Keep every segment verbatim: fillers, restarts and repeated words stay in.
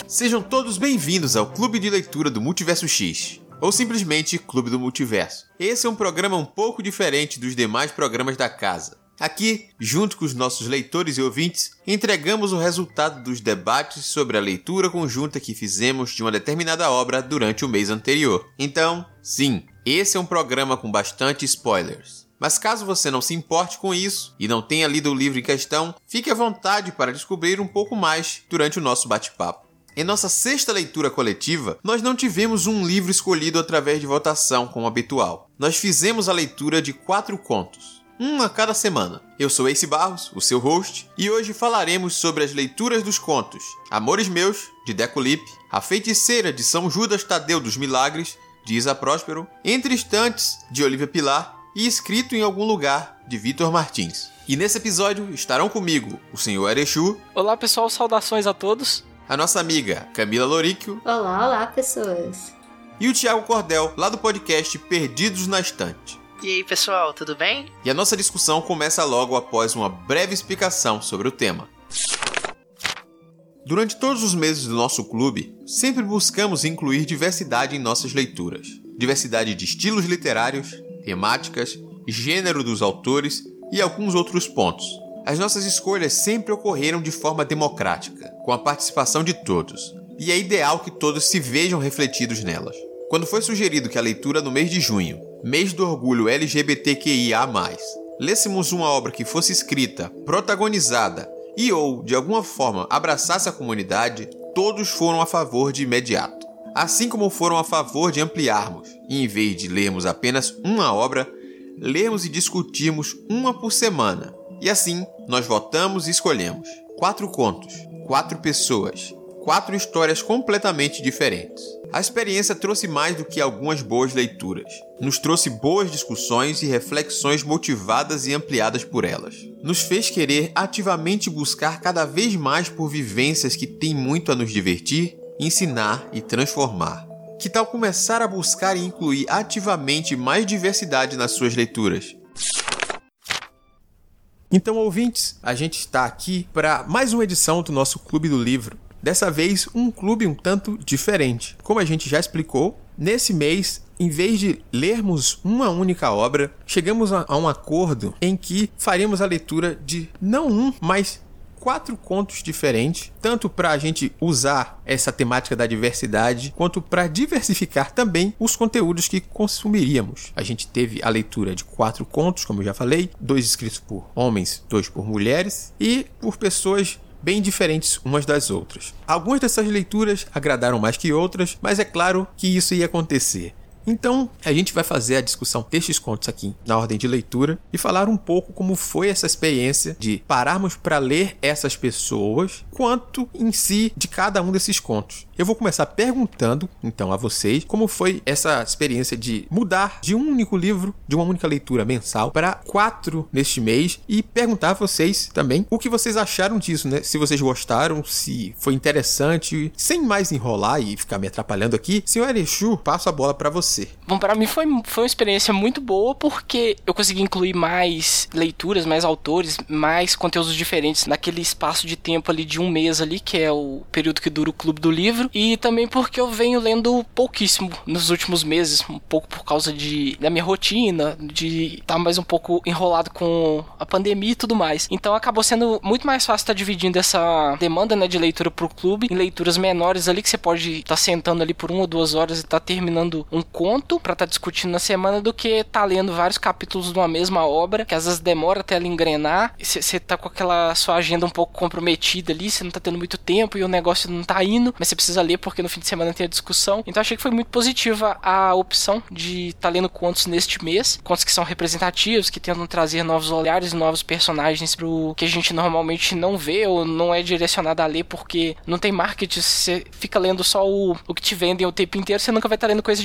Sejam todos bem-vindos ao Clube de Leitura do Multiverso X, ou simplesmente Clube do Multiverso. Esse é um programa um pouco diferente dos demais programas da casa. Aqui, junto com os nossos leitores e ouvintes, entregamos o resultado dos debates sobre a leitura conjunta que fizemos de uma determinada obra durante o mês anterior. Então, sim, esse é um programa com bastante spoilers. Mas caso você não se importe com isso e não tenha lido o livro em questão, fique à vontade para descobrir um pouco mais durante o nosso bate-papo. Em nossa sexta leitura coletiva, nós não tivemos um livro escolhido através de votação como habitual. Nós fizemos a leitura de quatro contos, um a cada semana. Eu sou Ace Barros, o seu host, e hoje falaremos sobre as leituras dos contos Amores Meus, de Deco Lippe, A Feiticeira, de São Judas Tadeu dos Milagres, de Isa Próspero, Entre Estantes, de Olivia Pilar, e Escrito em Algum Lugar, de Vitor Martins. E nesse episódio estarão comigo o senhor Erechu. Olá pessoal, saudações a todos. A nossa amiga Camila Loríquio. Olá, olá pessoas. E o Thiago Cordel, lá do podcast Perdidos na Estante. E aí pessoal, tudo bem? E a nossa discussão começa logo após uma breve explicação sobre o tema. Durante todos os meses do nosso clube, sempre buscamos incluir diversidade em nossas leituras. Diversidade de estilos literários, temáticas, gênero dos autores e alguns outros pontos. As nossas escolhas sempre ocorreram de forma democrática, com a participação de todos, e é ideal que todos se vejam refletidos nelas. Quando foi sugerido que a leitura no mês de junho, mês do orgulho L G B T Q I A mais, lêssemos uma obra que fosse escrita, protagonizada e ou, de alguma forma, abraçasse a comunidade, todos foram a favor de imediato. Assim como foram a favor de ampliarmos, e em vez de lermos apenas uma obra, lermos e discutirmos uma por semana. E assim, nós votamos e escolhemos quatro contos, quatro pessoas, quatro histórias completamente diferentes. A experiência trouxe mais do que algumas boas leituras. Nos trouxe boas discussões e reflexões motivadas e ampliadas por elas. Nos fez querer ativamente buscar cada vez mais por vivências que têm muito a nos divertir, ensinar e transformar. Que tal começar a buscar e incluir ativamente mais diversidade nas suas leituras? Então, ouvintes, a gente está aqui para mais uma edição do nosso Clube do Livro. Dessa vez, um clube um tanto diferente. Como a gente já explicou, nesse mês, em vez de lermos uma única obra, chegamos a um acordo em que faríamos a leitura de não um, mas quatro contos diferentes, tanto para a gente usar essa temática da diversidade, quanto para diversificar também os conteúdos que consumiríamos. A gente teve a leitura de quatro contos, como eu já falei, dois escritos por homens, dois por mulheres, e por pessoas bem diferentes umas das outras. Algumas dessas leituras agradaram mais que outras, mas é claro que isso ia acontecer. Então, a gente vai fazer a discussão destes contos aqui na ordem de leitura e falar um pouco como foi essa experiência de pararmos para ler essas pessoas, quanto em si de cada um desses contos. Eu vou começar perguntando, então, a vocês como foi essa experiência de mudar de um único livro, de uma única leitura mensal, para quatro neste mês e perguntar a vocês também o que vocês acharam disso, né? Se vocês gostaram, se foi interessante. Sem mais enrolar e ficar me atrapalhando aqui, senhor Erechu, passo a bola para você. Bom, para mim foi, foi uma experiência muito boa porque eu consegui incluir mais leituras, mais autores, mais conteúdos diferentes naquele espaço de tempo ali de um mês ali, que é o período que dura o Clube do Livro, e também porque eu venho lendo pouquíssimo nos últimos meses, um pouco por causa de, da minha rotina, de estar mais um pouco enrolado com a pandemia e tudo mais. Então acabou sendo muito mais fácil estar dividindo essa demanda, né, de leitura pro clube em leituras menores ali, que você pode estar sentando ali por uma ou duas horas e estar terminando um conto pra estar tá discutindo na semana, do que tá lendo vários capítulos de uma mesma obra, que às vezes demora até ela engrenar, você tá com aquela sua agenda um pouco comprometida ali, você não tá tendo muito tempo e o negócio não tá indo, mas você precisa ler porque no fim de semana tem a discussão. Então achei que foi muito positiva a opção de estar tá lendo contos neste mês, contos que são representativos, que tentam trazer novos olhares, novos personagens pro que a gente normalmente não vê ou não é direcionado a ler, porque não tem marketing, você fica lendo só o, o que te vendem o tempo inteiro, você nunca vai estar tá lendo coisa diversa.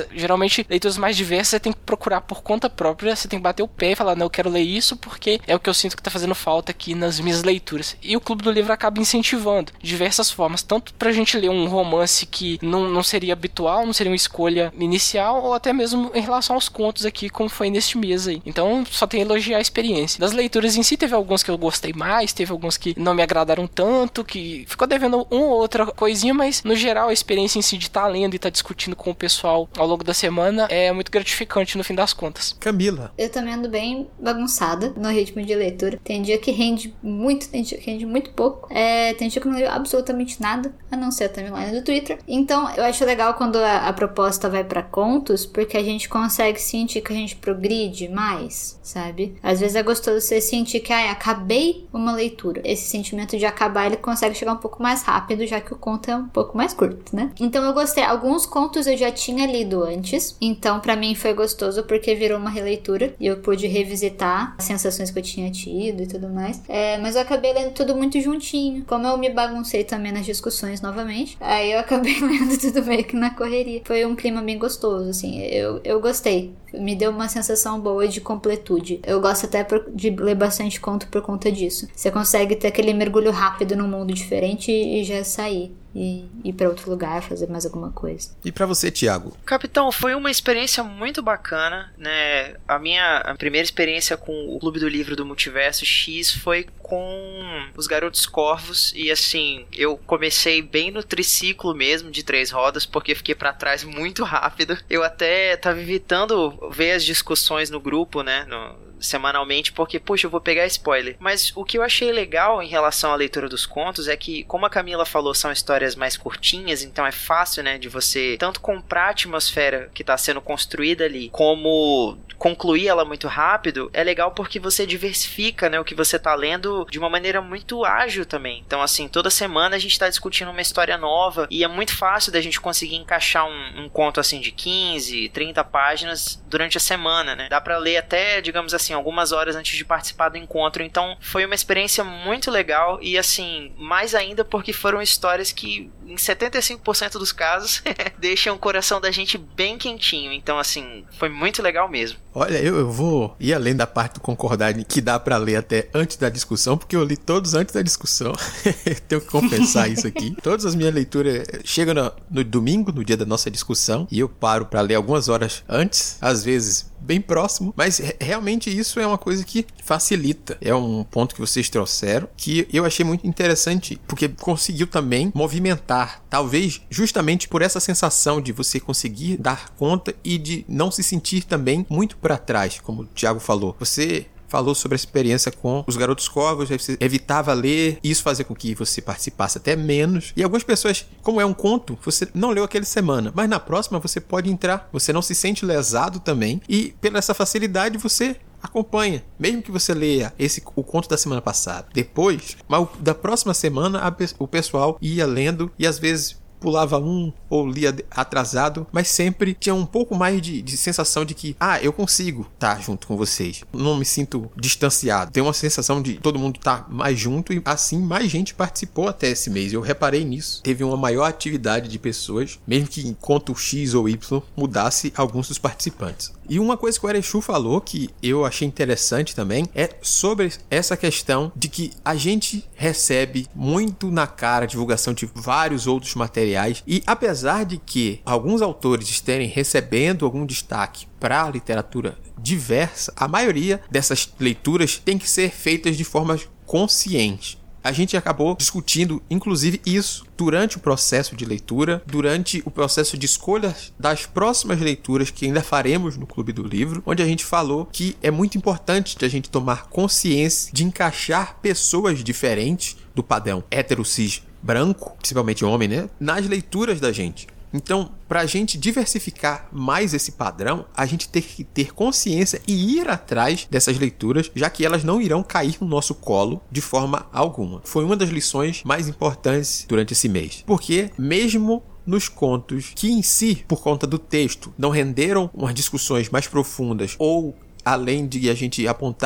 Geralmente, leituras mais diversas você tem que procurar por conta própria, você tem que bater o pé e falar, não, eu quero ler isso porque é o que eu sinto que tá fazendo falta aqui nas minhas leituras. E o Clube do Livro acaba incentivando de diversas formas, tanto pra gente ler um romance que não, não seria habitual, não seria uma escolha inicial, ou até mesmo em relação aos contos aqui, como foi neste mês aí. Então, só tem a elogiar a experiência. Das leituras em si, teve alguns que eu gostei mais, teve alguns que não me agradaram tanto, que ficou devendo uma ou outra coisinha, mas no geral a experiência em si de estar lendo e estar discutindo com o pessoal ao longo da semana é muito gratificante no fim das contas. Camila. Eu também ando bem bagunçada no ritmo de leitura. Tem dia que rende muito, tem dia que rende muito pouco. É, tem dia que eu não leio absolutamente nada, a não ser a timeline do Twitter. Então, eu acho legal quando a, a proposta vai pra contos, porque a gente consegue sentir que a gente progride mais, sabe? Às vezes é gostoso você sentir que, ah, acabei uma leitura. Esse sentimento de acabar, ele consegue chegar um pouco mais rápido, já que o conto é um pouco mais curto, né? Então eu gostei. Alguns contos eu já tinha lido antes, então pra mim foi gostoso porque virou uma releitura e eu pude revisitar as sensações que eu tinha tido e tudo mais. É, mas eu acabei lendo tudo muito juntinho. Como eu me baguncei também nas discussões novamente, aí eu acabei lendo tudo meio que na correria. Foi um clima bem gostoso, assim. Eu, eu gostei. Me deu uma sensação boa de completude. Eu gosto até de ler bastante conto por conta disso. Você consegue ter aquele mergulho rápido num mundo diferente e já sair. E ir pra outro lugar, fazer mais alguma coisa. E pra você, Thiago? Capitão, foi uma experiência muito bacana, né? A minha a primeira experiência com o Clube do Livro do Multiverso X foi com Os Garotos Corvos. E assim, eu comecei bem no triciclo mesmo, de três rodas, porque fiquei pra trás muito rápido. Eu até tava evitando ver as discussões no grupo, né? No... semanalmente, porque, poxa, eu vou pegar spoiler. Mas o que eu achei legal em relação à leitura dos contos é que, como a Camila falou, são histórias mais curtinhas, então é fácil, né, de você tanto comprar a atmosfera que está sendo construída ali, como concluir ela muito rápido. É legal porque você diversifica, né, o que você tá lendo de uma maneira muito ágil também. Então, assim, toda semana a gente tá discutindo uma história nova e é muito fácil da gente conseguir encaixar um, um conto, assim, de quinze, trinta páginas durante a semana, né? Dá pra ler até, digamos assim, algumas horas antes de participar do encontro. Então foi uma experiência muito legal e assim, mais ainda porque foram histórias que em setenta e cinco por cento dos casos deixam o coração da gente bem quentinho. Então assim, foi muito legal mesmo. Olha, eu, eu vou ir além da parte do concordar que dá pra ler até antes da discussão, porque eu li todos antes da discussão. Tenho que confessar isso aqui. Todas as minhas leituras chegam no, no domingo, no dia da nossa discussão, e eu paro pra ler algumas horas antes, às vezes bem próximo, mas realmente isso é uma coisa que facilita. É um ponto que vocês trouxeram que eu achei muito interessante, porque conseguiu também movimentar, talvez justamente por essa sensação de você conseguir dar conta e de não se sentir também muito para trás, como o Thiago falou. Você falou sobre a experiência com Os Garotos Corvos, você evitava ler, isso fazia com que você participasse até menos. E algumas pessoas, como é um conto, você não leu aquela semana, mas na próxima você pode entrar, você não se sente lesado também, e pela essa facilidade você acompanha, mesmo que você leia esse, o conto da semana passada. Depois, mas da próxima semana, a, o pessoal ia lendo e às vezes pulava um ou lia atrasado, mas sempre tinha um pouco mais de, de sensação de que, ah, eu consigo estar junto com vocês. Não me sinto distanciado. Tem uma sensação de todo mundo estar mais junto e assim mais gente participou até esse mês. Eu reparei nisso. Teve uma maior atividade de pessoas, mesmo que enquanto X ou Y mudasse alguns dos participantes. E uma coisa que o Erechu falou que eu achei interessante também é sobre essa questão de que a gente recebe muito na cara a divulgação de vários outros materiais e apesar de que alguns autores estarem recebendo algum destaque para a literatura diversa, a maioria dessas leituras tem que ser feitas de forma consciente. A gente acabou discutindo, inclusive, isso durante o processo de leitura, durante o processo de escolha das próximas leituras que ainda faremos no Clube do Livro, onde a gente falou que é muito importante de a gente tomar consciência de encaixar pessoas diferentes do padrão hétero, cis, branco, principalmente homem, né, nas leituras da gente. Então, para a gente diversificar mais esse padrão, a gente tem que ter consciência e ir atrás dessas leituras, já que elas não irão cair no nosso colo de forma alguma. Foi uma das lições mais importantes durante esse mês. Porque, mesmo nos contos que em si, por conta do texto, não renderam umas discussões mais profundas ou, além de a gente apontar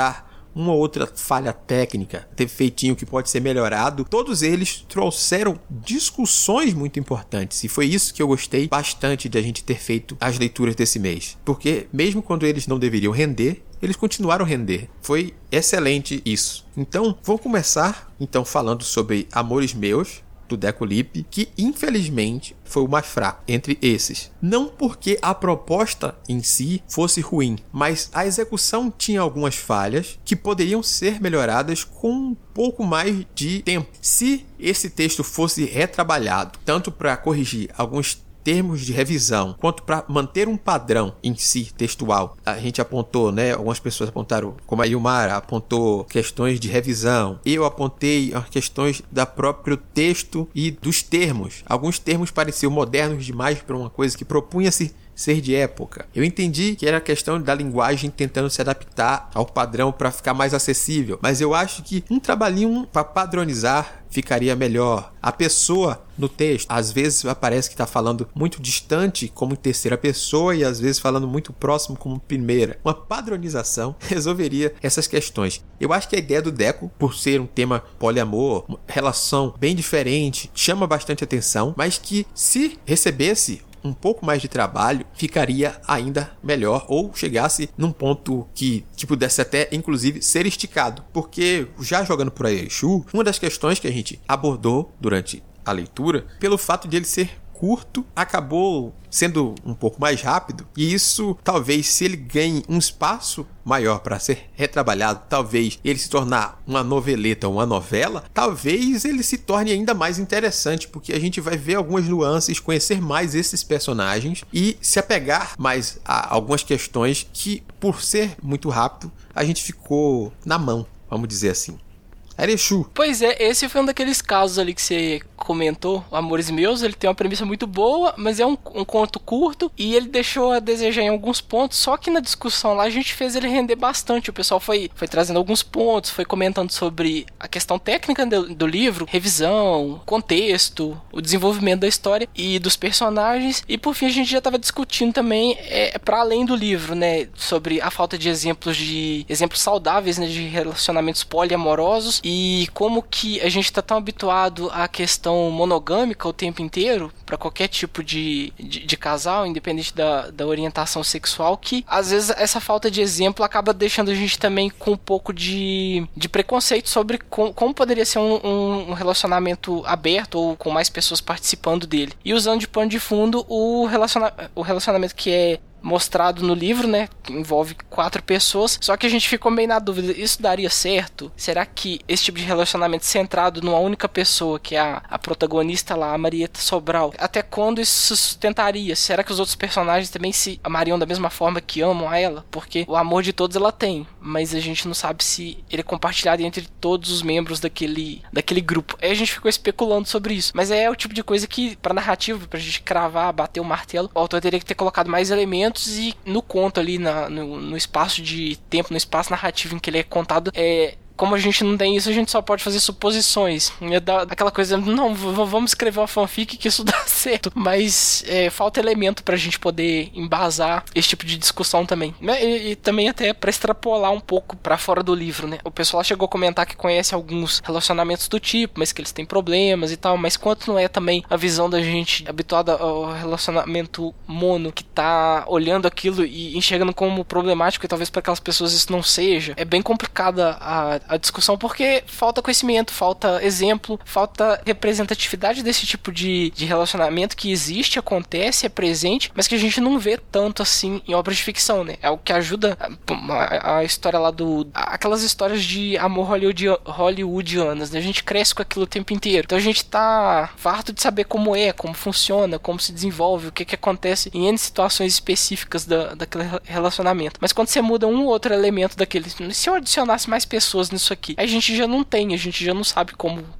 uma outra falha técnica, defeitinho que pode ser melhorado, todos eles trouxeram discussões muito importantes. E foi isso que eu gostei bastante de a gente ter feito as leituras desse mês. Porque mesmo quando eles não deveriam render, eles continuaram a render. Foi excelente isso. Então, vou começar então falando sobre Amores Meus, do Deco Lippe, que infelizmente foi o mais fraco entre esses. Não porque a proposta em si fosse ruim, mas a execução tinha algumas falhas que poderiam ser melhoradas com um pouco mais de tempo. Se esse texto fosse retrabalhado, tanto para corrigir alguns termos de revisão, quanto para manter um padrão em si, textual. A gente apontou, né? Algumas pessoas apontaram, como a Ilmara apontou questões de revisão. Eu apontei as questões da próprio texto e dos termos. Alguns termos pareciam modernos demais para uma coisa que propunha-se ser de época. Eu entendi que era questão da linguagem tentando se adaptar ao padrão para ficar mais acessível, mas eu acho que um trabalhinho para padronizar ficaria melhor. A pessoa no texto, às vezes parece que está falando muito distante como em terceira pessoa e às vezes falando muito próximo como primeira. Uma padronização resolveria essas questões. Eu acho que a ideia do Deco, por ser um tema poliamor, uma relação bem diferente, chama bastante atenção, mas que se recebesse um pouco mais de trabalho, ficaria ainda melhor, ou chegasse num ponto que, que pudesse até, inclusive, ser esticado. Porque, já jogando por aí Exu, uma das questões que a gente abordou durante a leitura, pelo fato de ele ser curto, acabou sendo um pouco mais rápido, e isso, talvez, se ele ganhe um espaço maior para ser retrabalhado, talvez ele se tornar uma noveleta ou uma novela, talvez ele se torne ainda mais interessante, porque a gente vai ver algumas nuances, conhecer mais esses personagens e se apegar mais a algumas questões que, por ser muito rápido, a gente ficou na mão, vamos dizer assim. Era Exu. Pois é, esse foi um daqueles casos ali que você comentou, Amores Meus. Ele tem uma premissa muito boa, mas é um, um conto curto e ele deixou a desejar em alguns pontos, só que na discussão lá a gente fez ele render bastante. O pessoal foi, foi trazendo alguns pontos, foi comentando sobre a questão técnica do, do livro, revisão, contexto, o desenvolvimento da história e dos personagens, e por fim a gente já estava discutindo também é, para além do livro, né, sobre a falta de exemplos de exemplos saudáveis, né, de relacionamentos poliamorosos. E como que a gente está tão habituado à questão monogâmica o tempo inteiro, para qualquer tipo de, de, de casal, independente da, da orientação sexual, que às vezes essa falta de exemplo acaba deixando a gente também com um pouco de, de preconceito sobre com, como poderia ser um, um relacionamento aberto ou com mais pessoas participando dele. E usando de pano de fundo o, relaciona, o relacionamento que é mostrado no livro, né, que envolve quatro pessoas, só que a gente ficou meio na dúvida, isso daria certo? Será que esse tipo de relacionamento centrado numa única pessoa, que é a, a protagonista lá, a Marieta Sobral, até quando isso sustentaria? Será que os outros personagens também se amariam da mesma forma que amam a ela? Porque o amor de todos ela tem, mas a gente não sabe se ele é compartilhado entre todos os membros daquele, daquele grupo. Aí a gente ficou especulando sobre isso, mas é o tipo de coisa que, pra narrativa, pra gente cravar, bater o martelo, o autor teria que ter colocado mais elementos, e no conto ali, na, no, no espaço de tempo, no espaço narrativo em que ele é contado, é... Como a gente não tem isso, a gente só pode fazer suposições. É da, aquela coisa, não, vamos escrever uma fanfic que isso dá certo. Mas é, falta elemento pra gente poder embasar esse tipo de discussão também. E, e também até pra extrapolar um pouco pra fora do livro, né? O pessoal chegou a comentar que conhece alguns relacionamentos do tipo, mas que eles têm problemas e tal. Mas quanto não é também a visão da gente habituada ao relacionamento mono, que tá olhando aquilo e enxergando como problemático, e talvez pra aquelas pessoas isso não seja. É bem complicada a a discussão, porque falta conhecimento, falta exemplo, falta representatividade desse tipo de, de relacionamento que existe, acontece, é presente, mas que a gente não vê tanto assim em obras de ficção, né? É o que ajuda a, a, a história lá do... aquelas histórias de amor hollywoodian, hollywoodianas, né? A gente cresce com aquilo o tempo inteiro. Então a gente tá farto de saber como é, como funciona, como se desenvolve, o que que acontece em N situações específicas da, daquele relacionamento. Mas quando você muda um ou outro elemento daquele... Se eu adicionasse mais pessoas nisso aqui, a gente já não tem, a gente já não sabe como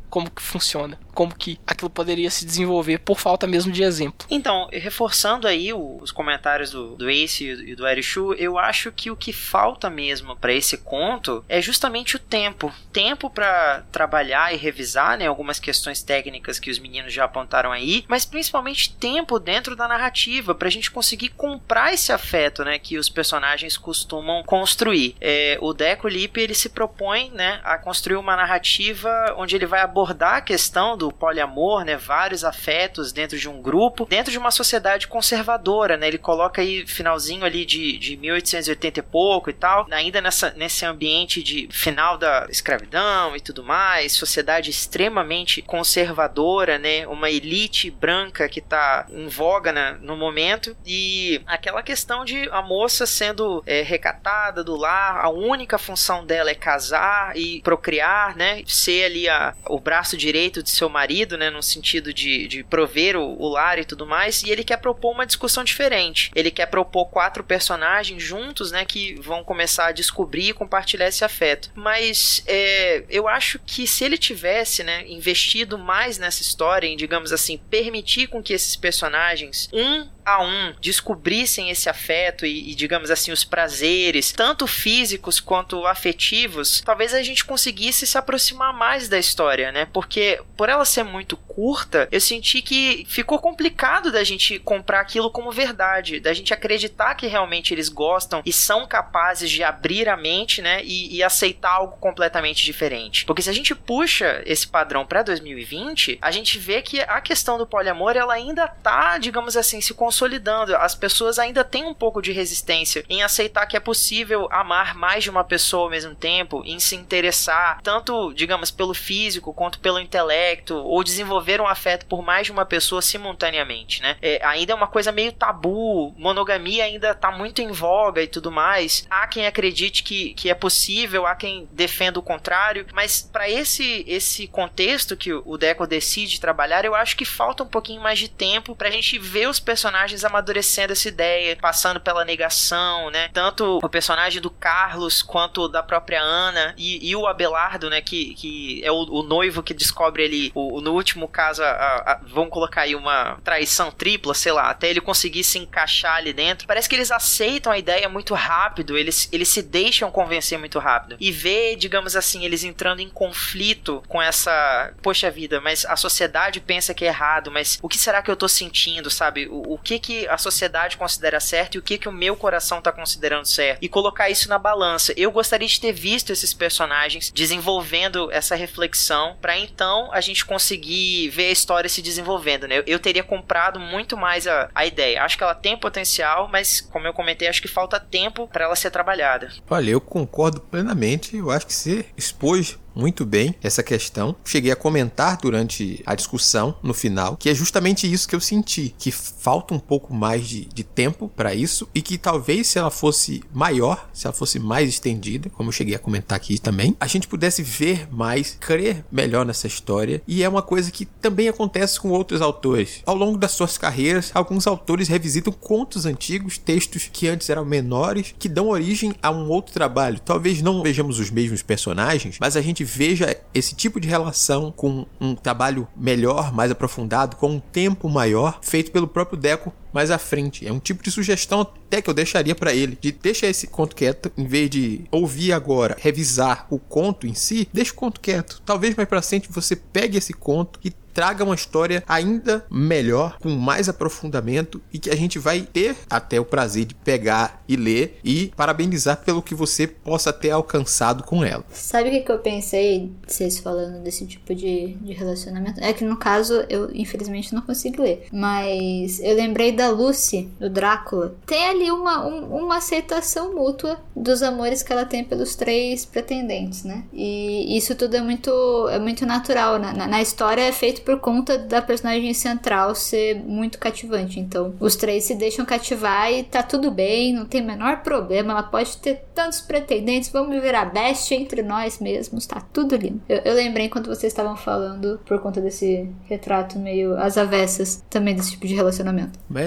como que funciona, como que aquilo poderia se desenvolver por falta mesmo de exemplo. Então, reforçando aí os comentários do, do Ace e do Erichu, eu acho que o que falta mesmo para esse conto é justamente o tempo. Tempo para trabalhar e revisar, né, algumas questões técnicas que os meninos já apontaram aí, mas principalmente tempo dentro da narrativa, pra gente conseguir comprar esse afeto, né, que os personagens costumam construir. É, o Deco Lippe, ele se propõe, né, a construir uma narrativa onde ele vai abordar a questão do poliamor, né, vários afetos dentro de um grupo, dentro de uma sociedade conservadora, né, ele coloca aí finalzinho ali de, de mil oitocentos e oitenta e pouco e tal, ainda nessa, nesse ambiente de final da escravidão e tudo mais, sociedade extremamente conservadora, né, uma elite branca que tá em voga, né, no momento, e aquela questão de a moça sendo é, recatada do lar, a única função dela é casar e procriar, né, ser ali a, o braço direito de seu marido, né, no sentido de, de prover o, o lar e tudo mais, e ele quer propor uma discussão diferente. Ele quer propor quatro personagens juntos, né, que vão começar a descobrir e compartilhar esse afeto. Mas é, eu acho que se ele tivesse, né, investido mais nessa história, em, digamos assim, permitir com que esses personagens, um a um, descobrissem esse afeto e, e, digamos assim, os prazeres, tanto físicos quanto afetivos, talvez a gente conseguisse se aproximar mais da história, né? Porque por ela ser muito curta, eu senti que ficou complicado da gente comprar aquilo como verdade, da gente acreditar que realmente eles gostam e são capazes de abrir a mente, né? E, e aceitar algo completamente diferente. Porque se a gente puxa esse padrão para dois mil e vinte, a gente vê que a questão do poliamor, ela ainda tá, digamos assim, se consolidando. As pessoas ainda têm um pouco de resistência em aceitar que é possível amar mais de uma pessoa ao mesmo tempo, em se interessar tanto, digamos, pelo físico quanto pelo intelecto, ou desenvolver um afeto por mais de uma pessoa simultaneamente, né? É, ainda é uma coisa meio tabu, monogamia ainda tá muito em voga e tudo mais. Há quem acredite que, que é possível, há quem defenda o contrário, mas para esse, esse contexto que o Deco decide trabalhar, eu acho que falta um pouquinho mais de tempo pra gente ver os personagens amadurecendo essa ideia, passando pela negação, né? Tanto o personagem do Carlos quanto da própria Ana e, e o Abelardo, né? Que, que é o, o noivo que descobre ele, o, no último caso, a, a, vamos colocar aí uma traição tripla, sei lá, até ele conseguir se encaixar ali dentro. Parece que eles aceitam a ideia muito rápido, eles, eles se deixam convencer muito rápido. E ver, digamos assim, eles entrando em conflito com essa, poxa vida, mas a sociedade pensa que é errado, mas o que será que eu tô sentindo, sabe? O, o que que a sociedade considera certo e o que que o meu coração tá considerando certo, e colocar isso na balança. Eu gostaria de ter visto esses personagens desenvolvendo essa reflexão para então a gente conseguir ver a história se desenvolvendo, né? Eu, eu teria comprado muito mais a, a ideia. Acho que ela tem potencial, mas como eu comentei, acho que falta tempo para ela ser trabalhada. Olha, eu concordo plenamente. Eu acho que você expôs muito bem essa questão. Cheguei a comentar durante a discussão no final que é justamente isso que eu senti, que falta um pouco mais de, de tempo para isso, e que talvez se ela fosse maior, se ela fosse mais estendida, como eu cheguei a comentar aqui também, a gente pudesse ver mais, crer melhor nessa história. E é uma coisa que também acontece com outros autores. Ao longo das suas carreiras, alguns autores revisitam contos antigos, textos que antes eram menores, que dão origem a um outro trabalho. Talvez não vejamos os mesmos personagens, mas a gente veja esse tipo de relação com um trabalho melhor, mais aprofundado, com um tempo maior, feito pelo próprio Deco mais à frente. É um tipo de sugestão até que eu deixaria para ele, de deixar esse conto quieto, em vez de ouvir agora, revisar o conto em si, deixa o conto quieto. Talvez mais para frente você pegue esse conto e traga uma história ainda melhor, com mais aprofundamento, e que a gente vai ter até o prazer de pegar e ler e parabenizar pelo que você possa ter alcançado com ela. Sabe o que, que eu pensei, vocês falando desse tipo de, de relacionamento? É que no caso eu infelizmente não consigo ler, mas eu lembrei da Lucy, do Drácula. Tem ali uma, um, uma aceitação mútua dos amores que ela tem pelos três pretendentes, né? E isso tudo é muito, é muito natural, né? na, na história é feito por conta da personagem central ser muito cativante. Então, os três se deixam cativar e tá tudo bem, não tem o menor problema. Ela pode ter tantos pretendentes, vamos viver a best entre nós mesmos, tá tudo lindo. Eu, eu lembrei quando vocês estavam falando, por conta desse retrato meio às avessas, também desse tipo de relacionamento. É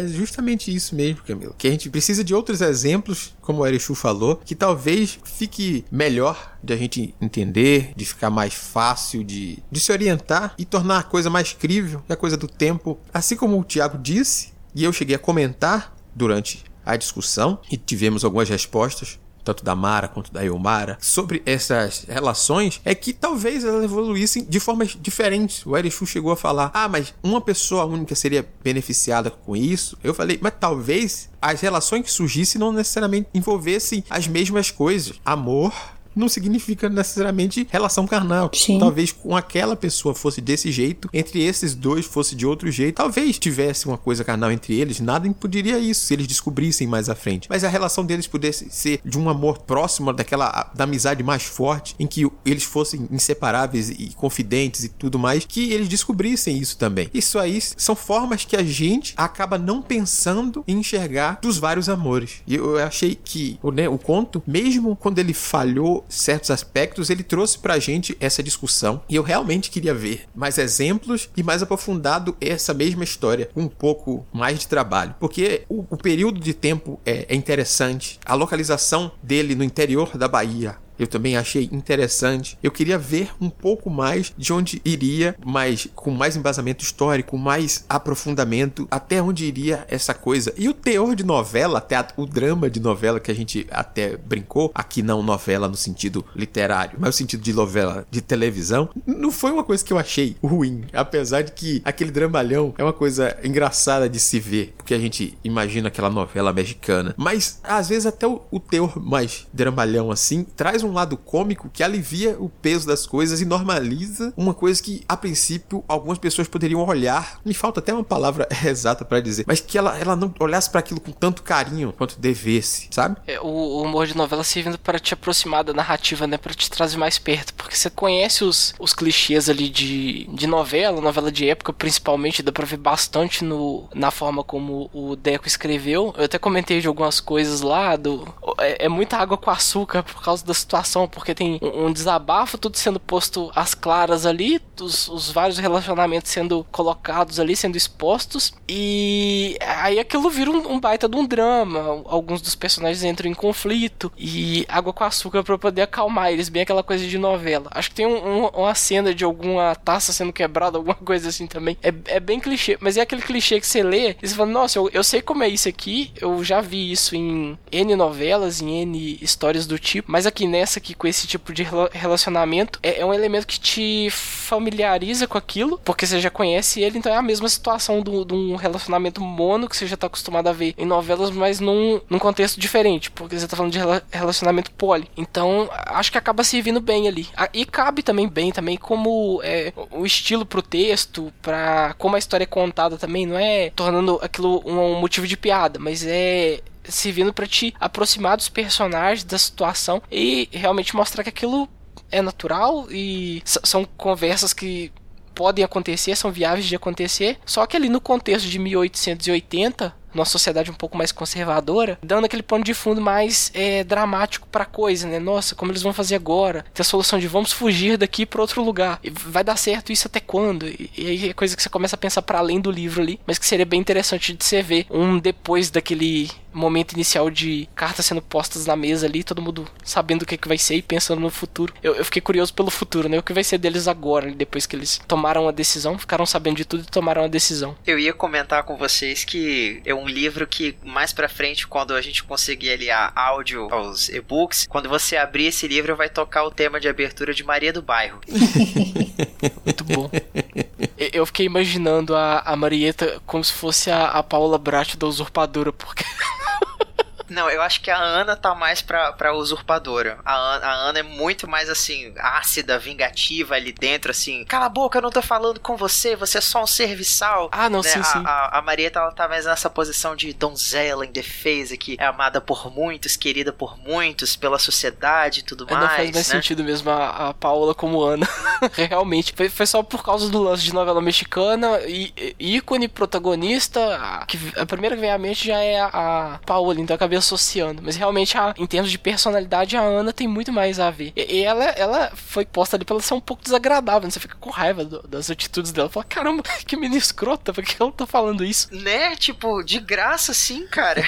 é justamente isso mesmo, Camila. Que a gente precisa de outros exemplos, como o Erichu falou, que talvez fique melhor de a gente entender, de ficar mais fácil de, de se orientar e tornar a coisa mais crível, a coisa do tempo. Assim como o Thiago disse, e eu cheguei a comentar durante a discussão, e tivemos algumas respostas, tanto da Mara quanto da Elmara, sobre essas relações, é que talvez elas evoluíssem de formas diferentes. O Erichu chegou a falar, ah, mas uma pessoa única seria beneficiada com isso. Eu falei, mas talvez as relações que surgissem não necessariamente envolvessem as mesmas coisas. Amor não significa necessariamente relação carnal. Sim. Talvez com aquela pessoa fosse desse jeito, entre esses dois fosse de outro jeito. Talvez tivesse uma coisa carnal entre eles, nada impediria isso se eles descobrissem mais à frente. Mas a relação deles pudesse ser de um amor próximo, daquela da amizade mais forte, em que eles fossem inseparáveis e confidentes e tudo mais, que eles descobrissem isso também. Isso aí são formas que a gente acaba não pensando em enxergar dos vários amores. E eu achei que né, o conto, mesmo quando ele falhou certos aspectos, ele trouxe pra gente essa discussão, e eu realmente queria ver mais exemplos e mais aprofundado essa mesma história, com um pouco mais de trabalho, porque o, o período de tempo é, é interessante, a localização dele no interior da Bahia eu também achei interessante. Eu queria ver um pouco mais de onde iria, mas com mais embasamento histórico, mais aprofundamento, até onde iria essa coisa. E o teor de novela, até a, o drama de novela que a gente até brincou, aqui não novela no sentido literário, mas no sentido de novela de televisão, não foi uma coisa que eu achei ruim, apesar de que aquele dramalhão é uma coisa engraçada de se ver, porque a gente imagina aquela novela mexicana, mas às vezes até o, o teor mais dramalhão assim, traz um lado cômico que alivia o peso das coisas e normaliza uma coisa que, a princípio, algumas pessoas poderiam olhar, me falta até uma palavra exata pra dizer, mas que ela, ela não olhasse para aquilo com tanto carinho quanto devesse, sabe? É, o, o humor de novela servindo para te aproximar da narrativa, né, para te trazer mais perto, porque você conhece os, os clichês ali de, de novela, novela de época principalmente, dá pra ver bastante no, na forma como o Deco escreveu. Eu até comentei de algumas coisas lá, do, é, é muita água com açúcar por causa da situação, porque tem um, um desabafo, tudo sendo posto às claras ali, os, os vários relacionamentos sendo colocados ali, sendo expostos, e aí aquilo vira um, um baita de um drama. Alguns dos personagens entram em conflito, e água com açúcar pra poder acalmar eles, bem aquela coisa de novela. Acho que tem um, um, uma cena de alguma taça sendo quebrada, alguma coisa assim também. É, é bem clichê, mas é aquele clichê que você lê e você fala, nossa, eu, eu sei como é isso aqui, eu já vi isso em N novelas, em N histórias do tipo, mas aqui nessa aqui com esse tipo de relacionamento é, é um elemento que te familiariza com aquilo, porque você já conhece ele, então é a mesma situação de um relacionamento mono que você já tá acostumado a ver em novelas, mas num, num contexto diferente, porque você tá falando de relacionamento poli. Então acho que acaba servindo bem ali, e cabe também bem também como é, o estilo pro texto, pra como a história é contada também, não é tornando aquilo um, um motivo de piada, mas é servindo pra te aproximar dos personagens, da situação, e realmente mostrar que aquilo é natural e s- são conversas que podem acontecer, são viáveis de acontecer, só que ali no contexto de mil oitocentos e oitenta, numa sociedade um pouco mais conservadora, dando aquele pano de fundo mais é, dramático pra coisa, né? Nossa, como eles vão fazer agora? Tem a solução de vamos fugir daqui pra outro lugar. E vai dar certo isso até quando? E, e aí é coisa que você começa a pensar pra além do livro ali, mas que seria bem interessante de você ver um depois daquele momento inicial de cartas sendo postas na mesa ali, todo mundo sabendo o que, que vai ser e pensando no futuro. Eu, eu fiquei curioso pelo futuro, né? O que vai ser deles agora, depois que eles tomaram a decisão, ficaram sabendo de tudo e tomaram a decisão. Eu ia comentar com vocês que é um livro que mais pra frente, quando a gente conseguir aliar áudio aos e-books, quando você abrir esse livro vai tocar o tema de abertura de Maria do Bairro. Muito bom. Eu fiquei imaginando a, a Marieta como se fosse a, a Paula Bracho da Usurpadora, porque... Não, eu acho que a Ana tá mais pra, pra usurpadora. A Ana, a Ana é muito mais, assim, ácida, vingativa ali dentro, assim. Cala a boca, eu não tô falando com você, você é só um serviçal. Ah, não, né? sim, a, sim. A, a Marieta, ela tá mais nessa posição de donzela, indefesa, que é amada por muitos, querida por muitos, pela sociedade e tudo é, mais, não faz mais né? sentido mesmo a, a Paola como Ana. Realmente. Foi, foi só por causa do lance de novela mexicana, e, e ícone, protagonista, a, que, a primeira que vem à mente já é a, a Paola, então eu acabei associando. Mas realmente, a, em termos de personalidade, a Ana tem muito mais a ver. E, e ela, ela foi posta ali pra ela ser um pouco desagradável, né? Você fica com raiva do, das atitudes dela. Fala, caramba, que menina escrota, por que ela tá falando isso? Né? Tipo, de graça sim, cara.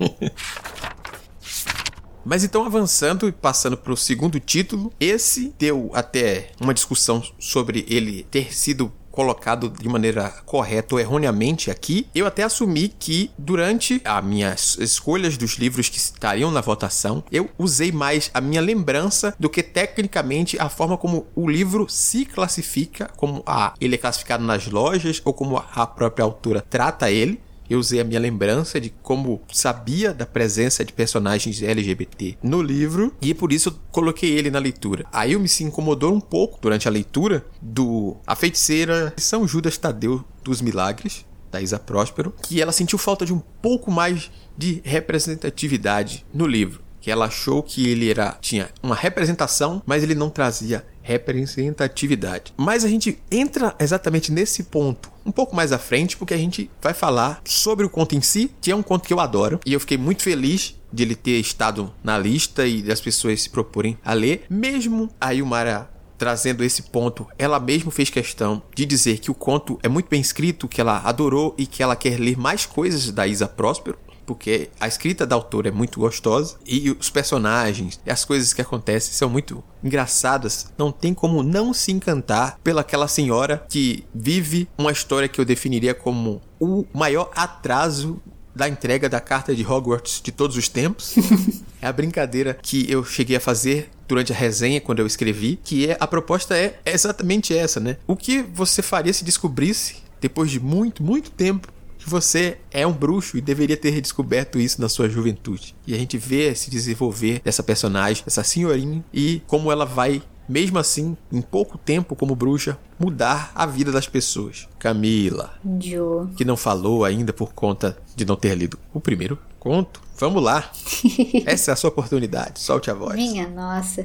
Mas então, avançando e passando para o segundo título, esse deu até uma discussão sobre ele ter sido colocado de maneira correta ou erroneamente aqui. Eu até assumi que durante as minhas escolhas dos livros que estariam na votação, eu usei mais a minha lembrança do que tecnicamente a forma como o livro se classifica, como a, ele é classificado nas lojas ou como a própria autora trata ele. Eu usei a minha lembrança de como sabia da presença de personagens L G B T no livro, e por isso eu coloquei ele na leitura. Aí eu me se incomodou um pouco durante a leitura do A Feiticeira de São Judas Tadeu dos Milagres, da Isa Próspero, que ela sentiu falta de um pouco mais de representatividade no livro. Que ela achou que ele era, tinha uma representação, mas ele não trazia representatividade. Mas a gente entra exatamente nesse ponto um pouco mais à frente, porque a gente vai falar sobre o conto em si, que é um conto que eu adoro, e eu fiquei muito feliz de ele ter estado na lista e das pessoas se proporem a ler. Mesmo a Ilmara trazendo esse ponto, ela mesma fez questão de dizer que o conto é muito bem escrito, que ela adorou e que ela quer ler mais coisas da Isa Próspero, porque a escrita da autora é muito gostosa e os personagens e as coisas que acontecem são muito engraçadas. Não tem como não se encantar pelaquela senhora que vive uma história que eu definiria como o maior atraso da entrega da carta de Hogwarts de todos os tempos. É a brincadeira que eu cheguei a fazer durante a resenha quando eu escrevi, que é, a proposta é exatamente essa, né? O que você faria se descobrisse, depois de muito, muito tempo, que você é um bruxo e deveria ter redescoberto isso na sua juventude? E a gente vê se desenvolver dessa personagem, essa senhorinha, e como ela vai, mesmo assim, em pouco tempo como bruxa, mudar a vida das pessoas. Camila, Joe, que não falou ainda por conta de não ter lido o primeiro conto. Vamos lá. Essa é a sua oportunidade. Solte a voz. Minha nossa.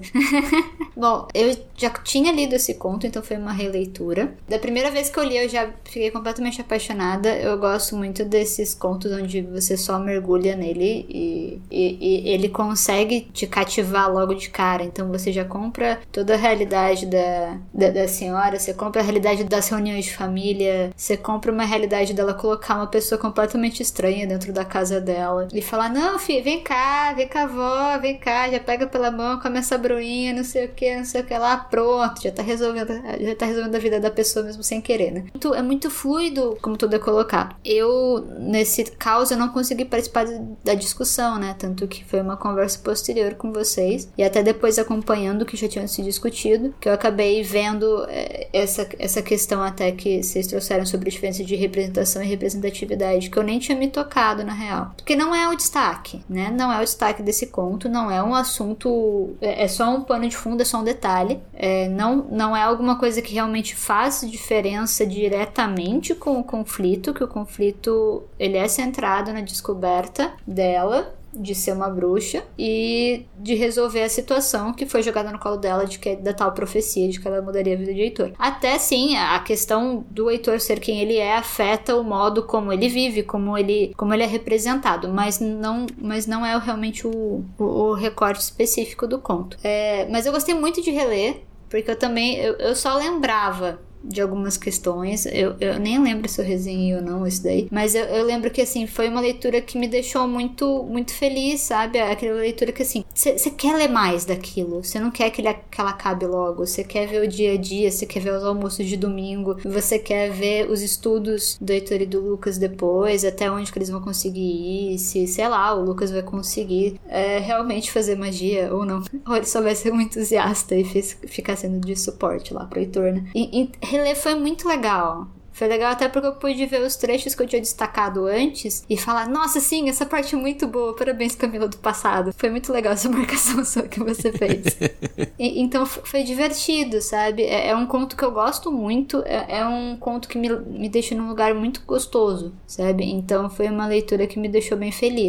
Bom, eu já tinha lido esse conto, então foi uma releitura. Da primeira vez que eu li, eu já fiquei completamente apaixonada. Eu gosto muito desses contos onde você só mergulha nele e, e, e ele consegue te cativar logo de cara. Então você já compra toda a realidade da, da, da senhora, você compra a realidade das reuniões de família, você compra uma realidade dela colocar uma pessoa completamente estranha dentro da casa dela e falar, não, filho, vem cá, vem cá, vó, vem cá, já pega pela mão, come essa broinha, não sei o que, não sei o que lá, pronto, já tá resolvendo, já tá resolvendo a vida da pessoa mesmo sem querer, né? Muito, é muito fluido como tudo é colocado. Eu, nesse caos, eu não consegui participar da discussão, né? Tanto que foi uma conversa posterior com vocês, e até depois acompanhando o que já tinha se discutido, que eu acabei vendo é, essa, essa questão até que vocês trouxeram sobre a diferença de representação e representatividade, que eu nem tinha me tocado, na real. Porque não é o destaque, né? Não é o destaque desse conto, não é um assunto, é, é só um pano de fundo, é só um detalhe, é, não, não é alguma coisa que realmente faz diferença diretamente com o conflito, que o conflito, ele é centrado na descoberta dela, de ser uma bruxa e de resolver a situação que foi jogada no colo dela de que da tal profecia de que ela mudaria a vida de Heitor. Até sim, a questão do Heitor ser quem ele é afeta o modo como ele vive, como ele, como ele é representado, mas não, mas não é realmente o, o, o recorte específico do conto. É, mas eu gostei muito de reler, porque eu também, eu, eu só lembrava de algumas questões, eu, eu nem lembro se eu resenhei ou não isso daí, mas eu, eu lembro que assim, foi uma leitura que me deixou muito, muito feliz, sabe, aquela leitura que assim, você quer ler mais daquilo, você não quer que, ele, que ela acabe logo, você quer ver o dia a dia, você quer ver os almoços de domingo, você quer ver os estudos do Heitor e do Lucas depois, até onde que eles vão conseguir ir, se, sei lá, o Lucas vai conseguir é, realmente fazer magia ou não, ou ele só vai ser um entusiasta e fez, ficar sendo de suporte lá pro Heitor, né, e, e reler foi muito legal. Foi legal até porque eu pude ver os trechos que eu tinha destacado antes e falar, nossa, sim, essa parte é muito boa, parabéns, Camila, do passado. Foi muito legal essa marcação sua que você fez. E, então foi divertido, sabe? É, é um conto que eu gosto muito, é, é um conto que me, me deixa num lugar muito gostoso, sabe? Então foi uma leitura que me deixou bem feliz.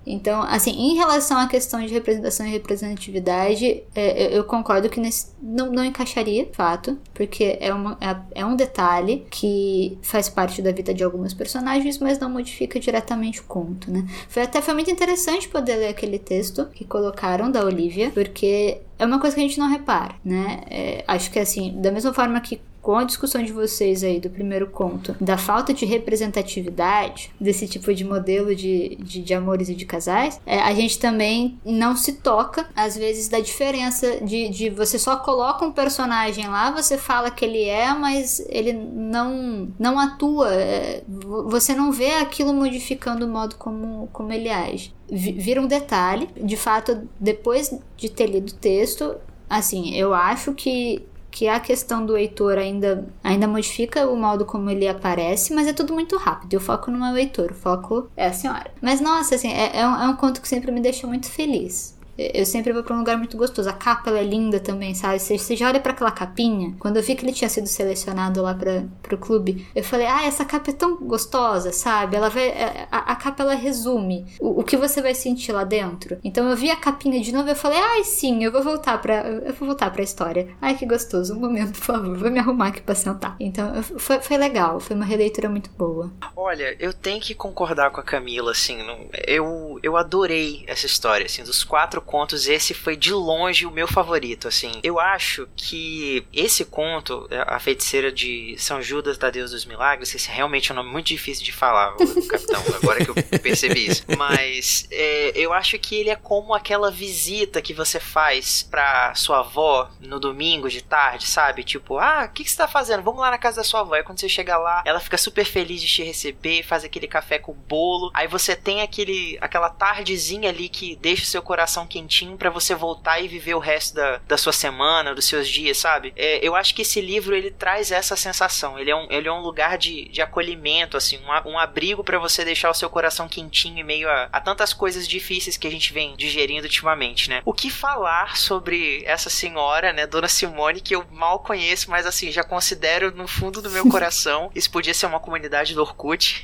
Então, assim, em relação à questão de representação e representatividade, é, eu concordo que nesse, não, não encaixaria, fato, porque é, uma, é, é um detalhe que faz parte da vida de alguns personagens, mas não modifica diretamente o conto, né? Foi até foi muito interessante poder ler aquele texto que colocaram da Olivia, porque é uma coisa que a gente não repara, né? É, acho que, assim, da mesma forma que com a discussão de vocês aí do primeiro conto, da falta de representatividade desse tipo de modelo de, de, de amores e de casais, é, a gente também não se toca, às vezes, da diferença de, de você só coloca um personagem lá, você fala que ele é, mas ele não, não atua, é, você não vê aquilo modificando o modo como, como ele age. Vira um detalhe, de fato, depois de ter lido o texto, assim, eu acho que que a questão do Heitor ainda, ainda modifica o modo como ele aparece, mas é tudo muito rápido, e o foco não é o Heitor, o foco é a senhora. Mas nossa, assim, é, é, um, é um conto que sempre me deixa muito feliz. Eu sempre vou pra um lugar muito gostoso. A capa, ela é linda também, sabe? Você, você já olha pra aquela capinha. Quando eu vi que ele tinha sido selecionado lá pra, pro clube, eu falei, ah, essa capa é tão gostosa, sabe? Ela vai, a, a capa, ela resume o, o que você vai sentir lá dentro. Então eu vi a capinha de novo e eu falei, ai, sim, eu vou voltar pra, eu vou voltar pra história. Ai, que gostoso. Um momento, por favor. Vou me arrumar aqui pra sentar. Então, foi, foi legal. Foi uma releitura muito boa. Olha, eu tenho que concordar com a Camila, assim. Não, eu, eu adorei essa história, assim, dos quatro contos, esse foi de longe o meu favorito, assim. Eu acho que esse conto, A Feiticeira de São Judas Tadeu dos Milagres, esse realmente é um nome muito difícil de falar, capitão, agora que eu percebi isso. Mas é, eu acho que ele é como aquela visita que você faz pra sua avó no domingo de tarde, sabe? Tipo, ah, o que, que você tá fazendo? Vamos lá na casa da sua avó. Aí quando você chega lá, ela fica super feliz de te receber, faz aquele café com bolo. Aí você tem aquele, aquela tardezinha ali que deixa o seu coração quentinho pra você voltar e viver o resto da, da sua semana, dos seus dias, sabe? É, eu acho que esse livro, ele traz essa sensação. Ele é um, ele é um lugar de, de acolhimento, assim, um, um abrigo pra você deixar o seu coração quentinho em meio a, a tantas coisas difíceis que a gente vem digerindo ultimamente, né? O que falar sobre essa senhora, né, Dona Simone, que eu mal conheço, mas assim, já considero no fundo do meu coração. Isso podia ser uma comunidade do Orkut.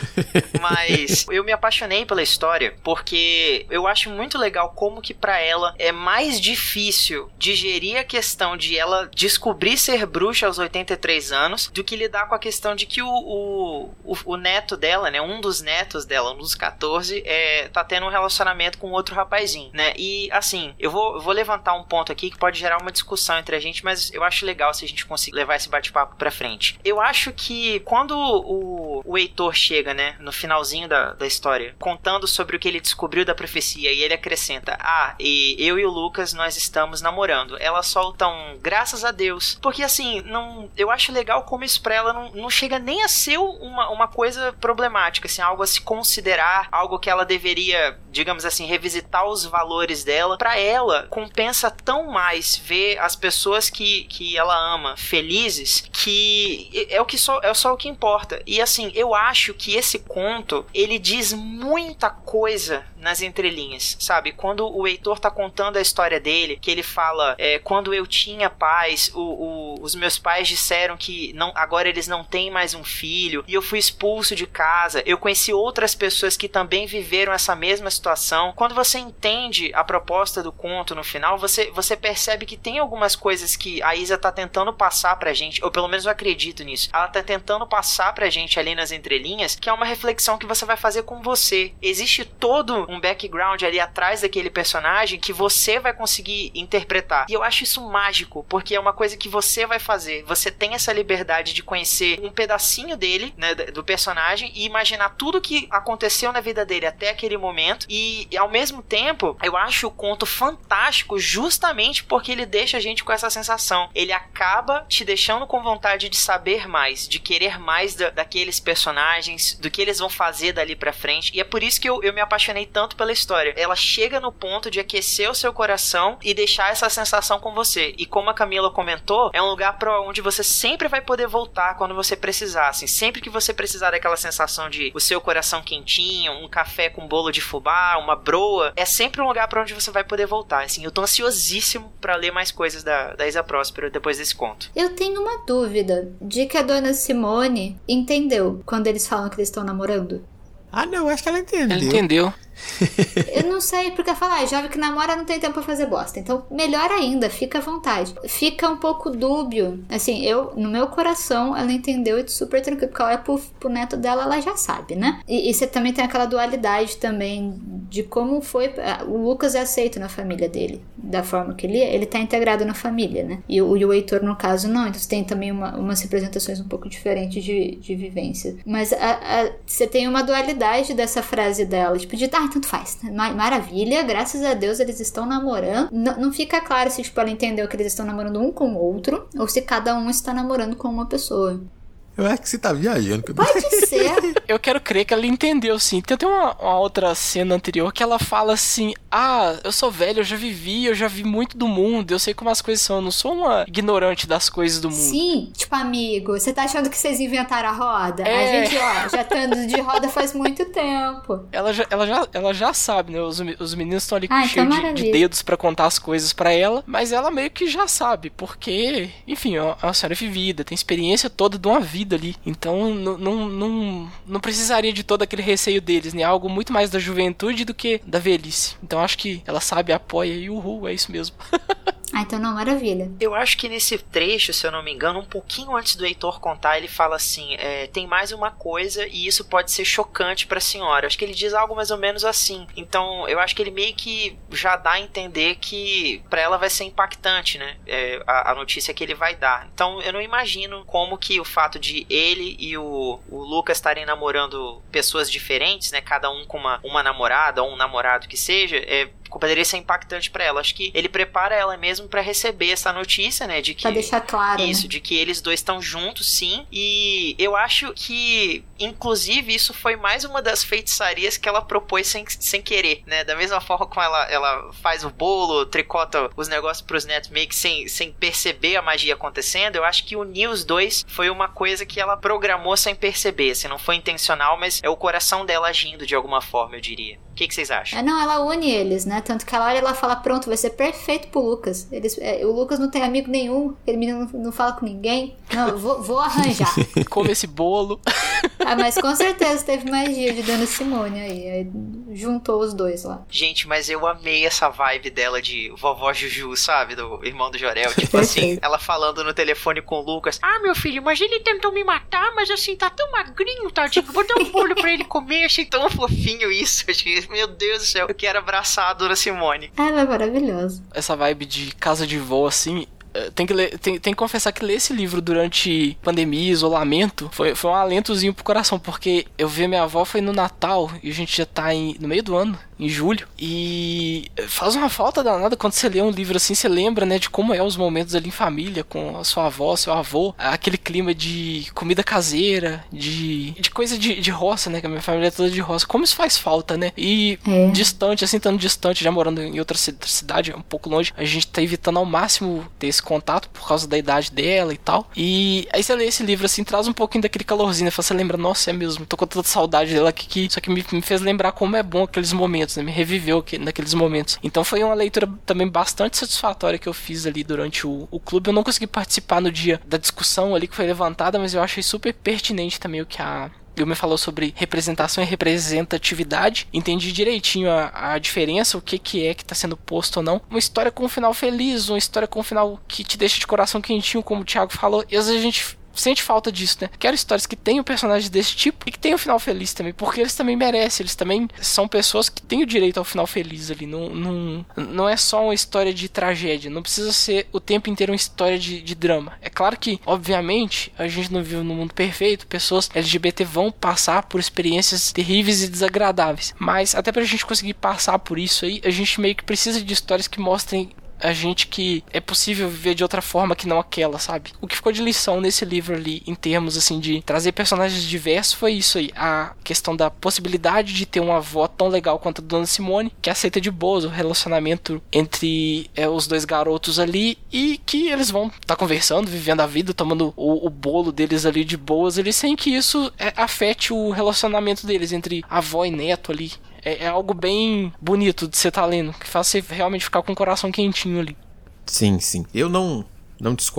Mas eu me apaixonei pela história porque eu acho muito legal como que pra ela é mais difícil digerir a questão de ela descobrir ser bruxa aos oitenta e três anos do que lidar com a questão de que o, o, o, o neto dela, né, um dos netos dela, um dos quatorze, é, tá tendo um relacionamento com outro rapazinho, né, e assim, eu vou, eu vou levantar um ponto aqui que pode gerar uma discussão entre a gente, mas eu acho legal se a gente conseguir levar esse bate-papo pra frente. Eu acho que quando o, o Heitor chega, né, no finalzinho da, da história, contando sobre o que ele descobriu da profecia, e ele acrescenta, ah, e eu e o Lucas, nós estamos namorando. Ela solta um graças a Deus. Porque assim, não, eu acho legal como isso pra ela não, não chega nem a ser uma, uma coisa problemática, assim, algo a se considerar, algo que ela deveria, digamos assim, revisitar os valores dela. Pra ela, compensa tão mais ver as pessoas que, que ela ama felizes, que é o que só, é só o que importa. E assim, eu acho que esse conto, ele diz muita coisa nas entrelinhas, sabe? Quando o Heitor tá contando a história dele, que ele fala, é, quando eu tinha pais, o, o, os meus pais disseram que não, agora eles não têm mais um filho, e eu fui expulso de casa, eu conheci outras pessoas que também viveram essa mesma situação. Quando você entende a proposta do conto no final, você, você percebe que tem algumas coisas que a Isa tá tentando passar pra gente, ou pelo menos eu acredito nisso, ela tá tentando passar pra gente ali nas entrelinhas, que é uma reflexão que você vai fazer com você. Existe todo um background ali atrás daquele personagem que você vai conseguir interpretar. E eu acho isso mágico, porque é uma coisa que você vai fazer. Você tem essa liberdade de conhecer um pedacinho dele, né, do personagem, e imaginar tudo que aconteceu na vida dele até aquele momento. E, ao mesmo tempo, eu acho o conto fantástico justamente porque ele deixa a gente com essa sensação. Ele acaba te deixando com vontade de saber mais, de querer mais da, daqueles personagens, do que eles vão fazer dali pra frente. E é por isso que eu, eu me apaixonei tanto pela história. Ela chega no ponto de aquecer o seu coração e deixar essa sensação com você. E como a Camila comentou, é um lugar para onde você sempre vai poder voltar quando você precisar, assim, sempre que você precisar daquela sensação de o seu coração quentinho, um café com bolo de fubá, uma broa, é sempre um lugar para onde você vai poder voltar, assim. Eu tô ansiosíssimo para ler mais coisas da, da Isa Próspero depois desse conto. Eu tenho uma dúvida de que a Dona Simone entendeu quando eles falam que eles estão namorando. Ah, não, acho que ela entendeu. Ela entendeu. Eu não sei, porque falar, ah, jovem que namora não tem tempo pra fazer bosta. Então, melhor ainda, fica à vontade. Fica um pouco dúbio. Assim, eu, no meu coração, ela entendeu e super tranquilo, porque ela é pro, pro neto dela, ela já sabe, né? E, e você também tem aquela dualidade também de como foi. O Lucas é aceito na família dele, da forma que ele é. Ele tá integrado na família, né? E o, e o Heitor, no caso, não. Então, você tem também uma, umas representações um pouco diferentes de, de vivência. Mas a, a, você tem uma dualidade dessa frase dela, tipo, de, ah, tanto faz. Maravilha, graças a Deus eles estão namorando. N- não fica claro se tipo, ela entendeu que eles estão namorando um com o outro ou se cada um está namorando com uma pessoa. Eu acho que você tá viajando. Pode ser. Eu quero crer que ela entendeu, sim. Tem até uma, uma outra cena anterior que ela fala assim, ah, eu sou velha, eu já vivi, eu já vi muito do mundo, eu sei como as coisas são, eu não sou uma ignorante das coisas do mundo. Sim, tipo, amigo, você tá achando que vocês inventaram a roda? É. A gente, ó, já tá andando de roda faz muito tempo. Ela já, ela já, ela já sabe, né? Os, os meninos estão ali Ah, cheios então de, de dedos pra contar as coisas pra ela, mas ela meio que já sabe, porque, enfim, é uma senhora vivida, tem experiência toda de uma vida ali, então não, não, não, não precisaria de todo aquele receio deles, né? Algo muito mais da juventude do que da velhice. Então acho que ela sabe, apoia e uhul, é isso mesmo. Ah, então não, maravilha. Eu acho que nesse trecho, se eu não me engano, um pouquinho antes do Heitor contar, ele fala assim, é, tem mais uma coisa e isso pode ser chocante pra senhora. Acho que ele diz algo mais ou menos assim. Então, eu acho que ele meio que já dá a entender que pra ela vai ser impactante, né? É, a, a notícia que ele vai dar. Então, eu não imagino como que o fato de ele e o, o Lucas estarem namorando pessoas diferentes, né? Cada um com uma, uma namorada ou um namorado que seja, é... poderia ser impactante pra ela. Acho que ele prepara ela mesmo pra receber essa notícia, né, de que... Pra deixar claro, Isso, né? de que eles dois estão juntos, sim, e eu acho que, inclusive, isso foi mais uma das feitiçarias que ela propôs sem, sem querer, né, da mesma forma como ela, ela faz o bolo, tricota os negócios pros netos meio que sem, sem perceber a magia acontecendo, eu acho que unir os dois foi uma coisa que ela programou sem perceber, assim, não foi intencional, mas é o coração dela agindo de alguma forma, eu diria. O que, que vocês acham? É, não, ela une eles, né? Tanto que ela olha e ela fala, pronto, vai ser perfeito pro Lucas. Eles, é, o Lucas não tem amigo nenhum, aquele menino não, não fala com ninguém. Não, eu vou, vou arranjar. Come esse bolo. Ah, mas com certeza teve magia de Dona Simone aí. Aí juntou os dois lá. Gente, mas eu amei essa vibe dela de vovó Juju, sabe? Do irmão do Jorel. Tipo assim, ela falando no telefone com o Lucas. Ah, meu filho, mas ele tentou me matar, mas assim, tá tão magrinho, tadinho. Vou dar um bolo pra ele comer. Achei tão fofinho isso, gente. Meu Deus do céu, eu quero abraçar a Dona Simone. Ela é maravilhosa. Essa vibe de casa de vó, assim... Tem que, ler, tem, tem que confessar que ler esse livro durante pandemia, isolamento, foi, foi um alentozinho pro coração, porque eu vi minha avó foi no Natal e a gente já tá em, no meio do ano, em julho, e faz uma falta danada quando você lê um livro assim, você lembra, né, de como é os momentos ali em família, com a sua avó, seu avô, aquele clima de comida caseira, de, de coisa de, de roça, né, que a minha família é toda de roça, como isso faz falta, né, e é. distante, assim, estando distante, já morando em outra cidade, um pouco longe, a gente tá evitando ao máximo ter esse contato por causa da idade dela e tal. E aí você lê esse livro assim, traz um pouquinho daquele calorzinho, né? Você lembra, nossa, é mesmo, tô com tanta saudade dela aqui, que isso aqui me, me fez lembrar como é bom aqueles momentos, né? Me reviveu aqui, naqueles momentos. Então foi uma leitura também bastante satisfatória que eu fiz ali durante o, o clube. Eu não consegui participar no dia da discussão ali que foi levantada, mas eu achei super pertinente também o que a Eu me falou sobre representação e representatividade. Entendi direitinho a, a diferença, o que, que é que está sendo posto ou não. Uma história com um final feliz, uma história com um final que te deixa de coração quentinho, como o Thiago falou. E às vezes a gente sente falta disso, né? Quero histórias que tenham personagens desse tipo e que tenham um final feliz também, porque eles também merecem, eles também são pessoas que têm o direito ao final feliz ali. Não, não, não é só uma história de tragédia, não precisa ser o tempo inteiro uma história de, de drama. É claro que, obviamente, a gente não vive num mundo perfeito, pessoas L G B T vão passar por experiências terríveis e desagradáveis, mas até pra gente conseguir passar por isso aí, a gente meio que precisa de histórias que mostrem a gente que é possível viver de outra forma que não aquela, sabe? O que ficou de lição nesse livro ali, em termos, assim, de trazer personagens diversos, foi isso aí. A questão da possibilidade de ter uma avó tão legal quanto a Dona Simone, que aceita de boas o relacionamento entre é, os dois garotos ali, e que eles vão estar tá conversando, vivendo a vida, tomando o, o bolo deles ali de boas, ali, sem que isso é, afete o relacionamento deles entre avó e neto ali. É, é algo bem bonito de você estar lendo, que faz você realmente ficar com o coração quentinho ali. Sim, sim. Eu não, não discordo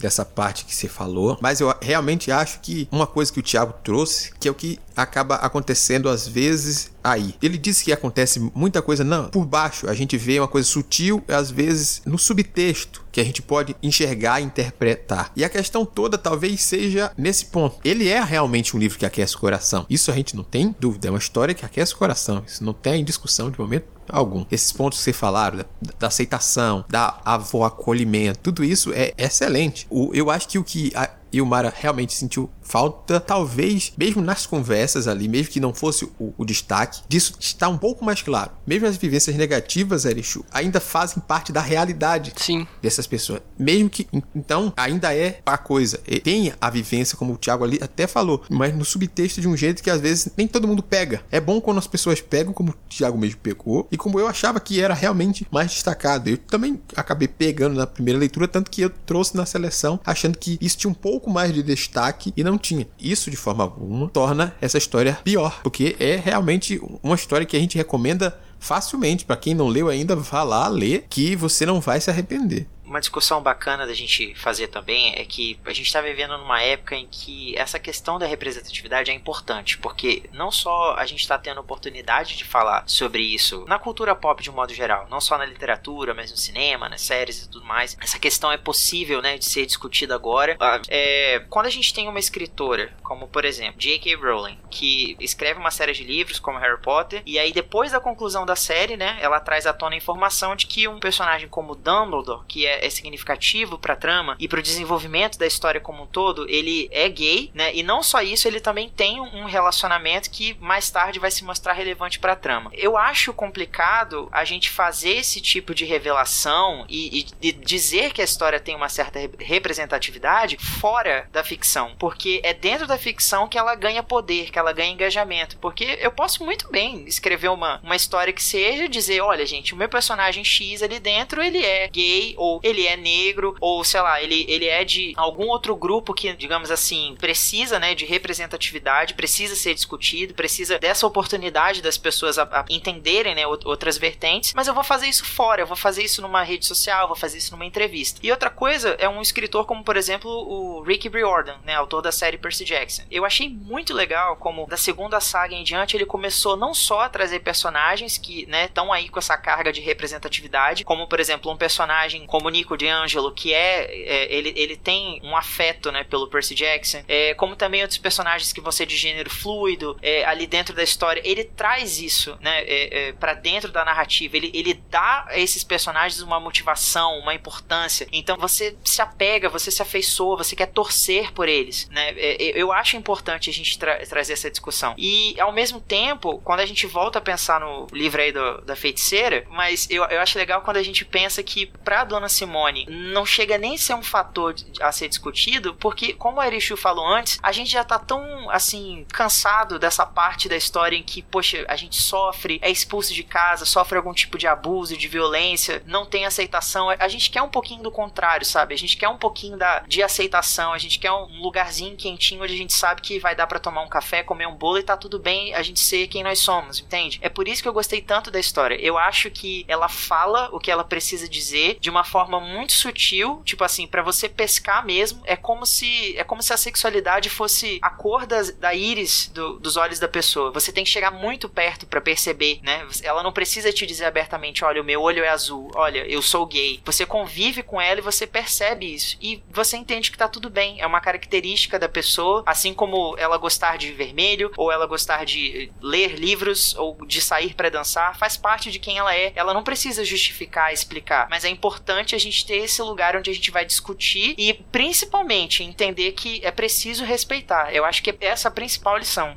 dessa parte que você falou, mas eu realmente acho que uma coisa que o Thiago trouxe, que é o que acaba acontecendo às vezes aí. Ele disse que acontece muita coisa, não, por baixo, a gente vê uma coisa sutil, às vezes no subtexto, que a gente pode enxergar e interpretar. E a questão toda talvez seja nesse ponto. Ele é realmente um livro que aquece o coração. Isso a gente não tem dúvida, é uma história que aquece o coração. Isso não tem discussão de momento algum. Esses pontos que você falaram, da, da aceitação, da avó acolhimento, tudo isso é excelente. O, eu acho que o que a Ilmara realmente sentiu falta, talvez, mesmo nas conversas ali, mesmo que não fosse o, o destaque, disso está um pouco mais claro. Mesmo as vivências negativas, Erichu, ainda fazem parte da realidade. Sim. Dessas pessoas. Mesmo que, então, ainda é a coisa. Tem a vivência, como o Thiago ali até falou, mas no subtexto de um jeito que às vezes nem todo mundo pega. É bom quando as pessoas pegam, como o Thiago mesmo pegou, e como eu achava que era realmente mais destacado. Eu também acabei pegando na primeira leitura, tanto que eu trouxe na seleção, achando que isso tinha um pouco mais de destaque e não tinha. Isso, de forma alguma, torna essa história pior, porque é realmente uma história que a gente recomenda facilmente. Para quem não leu ainda, vá lá ler, que você não vai se arrepender. Uma discussão bacana da gente fazer também é que a gente está vivendo numa época em que essa questão da representatividade é importante, porque não só a gente está tendo oportunidade de falar sobre isso na cultura pop de um modo geral, não só na literatura, mas no cinema, nas séries e tudo mais. Essa questão é possível, né, de ser discutida agora. É, quando a gente tem uma escritora, como por exemplo J K Rowling, que escreve uma série de livros como Harry Potter, e aí depois da conclusão da série, né, ela traz à tona a informação de que um personagem como Dumbledore, que é é significativo pra trama e pro desenvolvimento da história como um todo, ele é gay, né? E não só isso, ele também tem um relacionamento que mais tarde vai se mostrar relevante pra trama. Eu acho complicado a gente fazer esse tipo de revelação e, e, e dizer que a história tem uma certa representatividade fora da ficção, porque é dentro da ficção que ela ganha poder, que ela ganha engajamento, porque eu posso muito bem escrever uma, uma história que seja dizer, olha gente, o meu personagem X ali dentro, ele é gay, ou ele é negro, ou sei lá, ele, ele é de algum outro grupo que, digamos assim, precisa, né, de representatividade, precisa ser discutido, precisa dessa oportunidade das pessoas a, a entenderem, né, outras vertentes, mas eu vou fazer isso fora, eu vou fazer isso numa rede social, vou fazer isso numa entrevista. E outra coisa é um escritor como, por exemplo, o Rick Riordan, né, autor da série Percy Jackson. Eu achei muito legal como da segunda saga em diante ele começou não só a trazer personagens que, né, estão aí com essa carga de representatividade, como, por exemplo, um personagem como Nico D'Angelo, que é, é ele, ele tem um afeto, né, pelo Percy Jackson, é, como também outros personagens que vão ser de gênero fluido, é, ali dentro da história, ele traz isso, né, é, é, pra dentro da narrativa, ele, ele dá a esses personagens uma motivação, uma importância, então você se apega, você se afeiçoa, você quer torcer por eles, né, é, eu acho importante a gente tra- trazer essa discussão, e ao mesmo tempo, quando a gente volta a pensar no livro aí do, da feiticeira, mas eu, eu acho legal quando a gente pensa que pra Dona Simone não chega nem a ser um fator a ser discutido, porque, como a Erichu falou antes, a gente já tá tão, assim, cansado dessa parte da história em que, poxa, a gente sofre, é expulso de casa, sofre algum tipo de abuso, de violência, não tem aceitação. A gente quer um pouquinho do contrário, sabe? A gente quer um pouquinho da, de aceitação, a gente quer um lugarzinho quentinho onde a gente sabe que vai dar pra tomar um café, comer um bolo e tá tudo bem a gente ser quem nós somos, entende? É por isso que eu gostei tanto da história. Eu acho que ela fala o que ela precisa dizer de uma forma muito sutil, tipo assim, pra você pescar mesmo, é como se é como se a sexualidade fosse a cor das, da íris do, dos olhos da pessoa. Você tem que chegar muito perto pra perceber, né? Ela não precisa te dizer abertamente, olha, o meu olho é azul, olha, eu sou gay. Você convive com ela e você percebe isso. E você entende que tá tudo bem. É uma característica da pessoa, assim como ela gostar de vermelho, ou ela gostar de ler livros, ou de sair pra dançar, faz parte de quem ela é. Ela não precisa justificar, explicar, mas é importante a gente ter esse lugar onde a gente vai discutir e principalmente entender que é preciso respeitar. Eu acho que é essa a principal lição.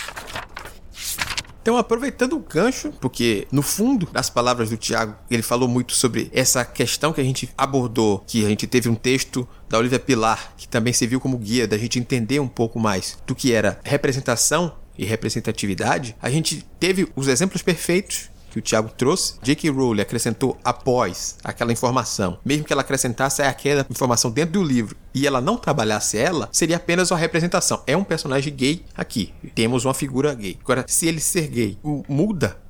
Então, aproveitando o gancho, porque no fundo das palavras do Thiago, ele falou muito sobre essa questão que a gente abordou, que a gente teve um texto da Olivia Pilar, que também serviu como guia da gente entender um pouco mais do que era representação e representatividade. A gente teve os exemplos perfeitos que o Thiago trouxe. J K Rowling acrescentou após aquela informação, mesmo que ela acrescentasse aquela informação dentro do livro e ela não trabalhasse ela, seria apenas uma representação. É um personagem gay aqui, temos uma figura gay. Agora, se ele ser gay muda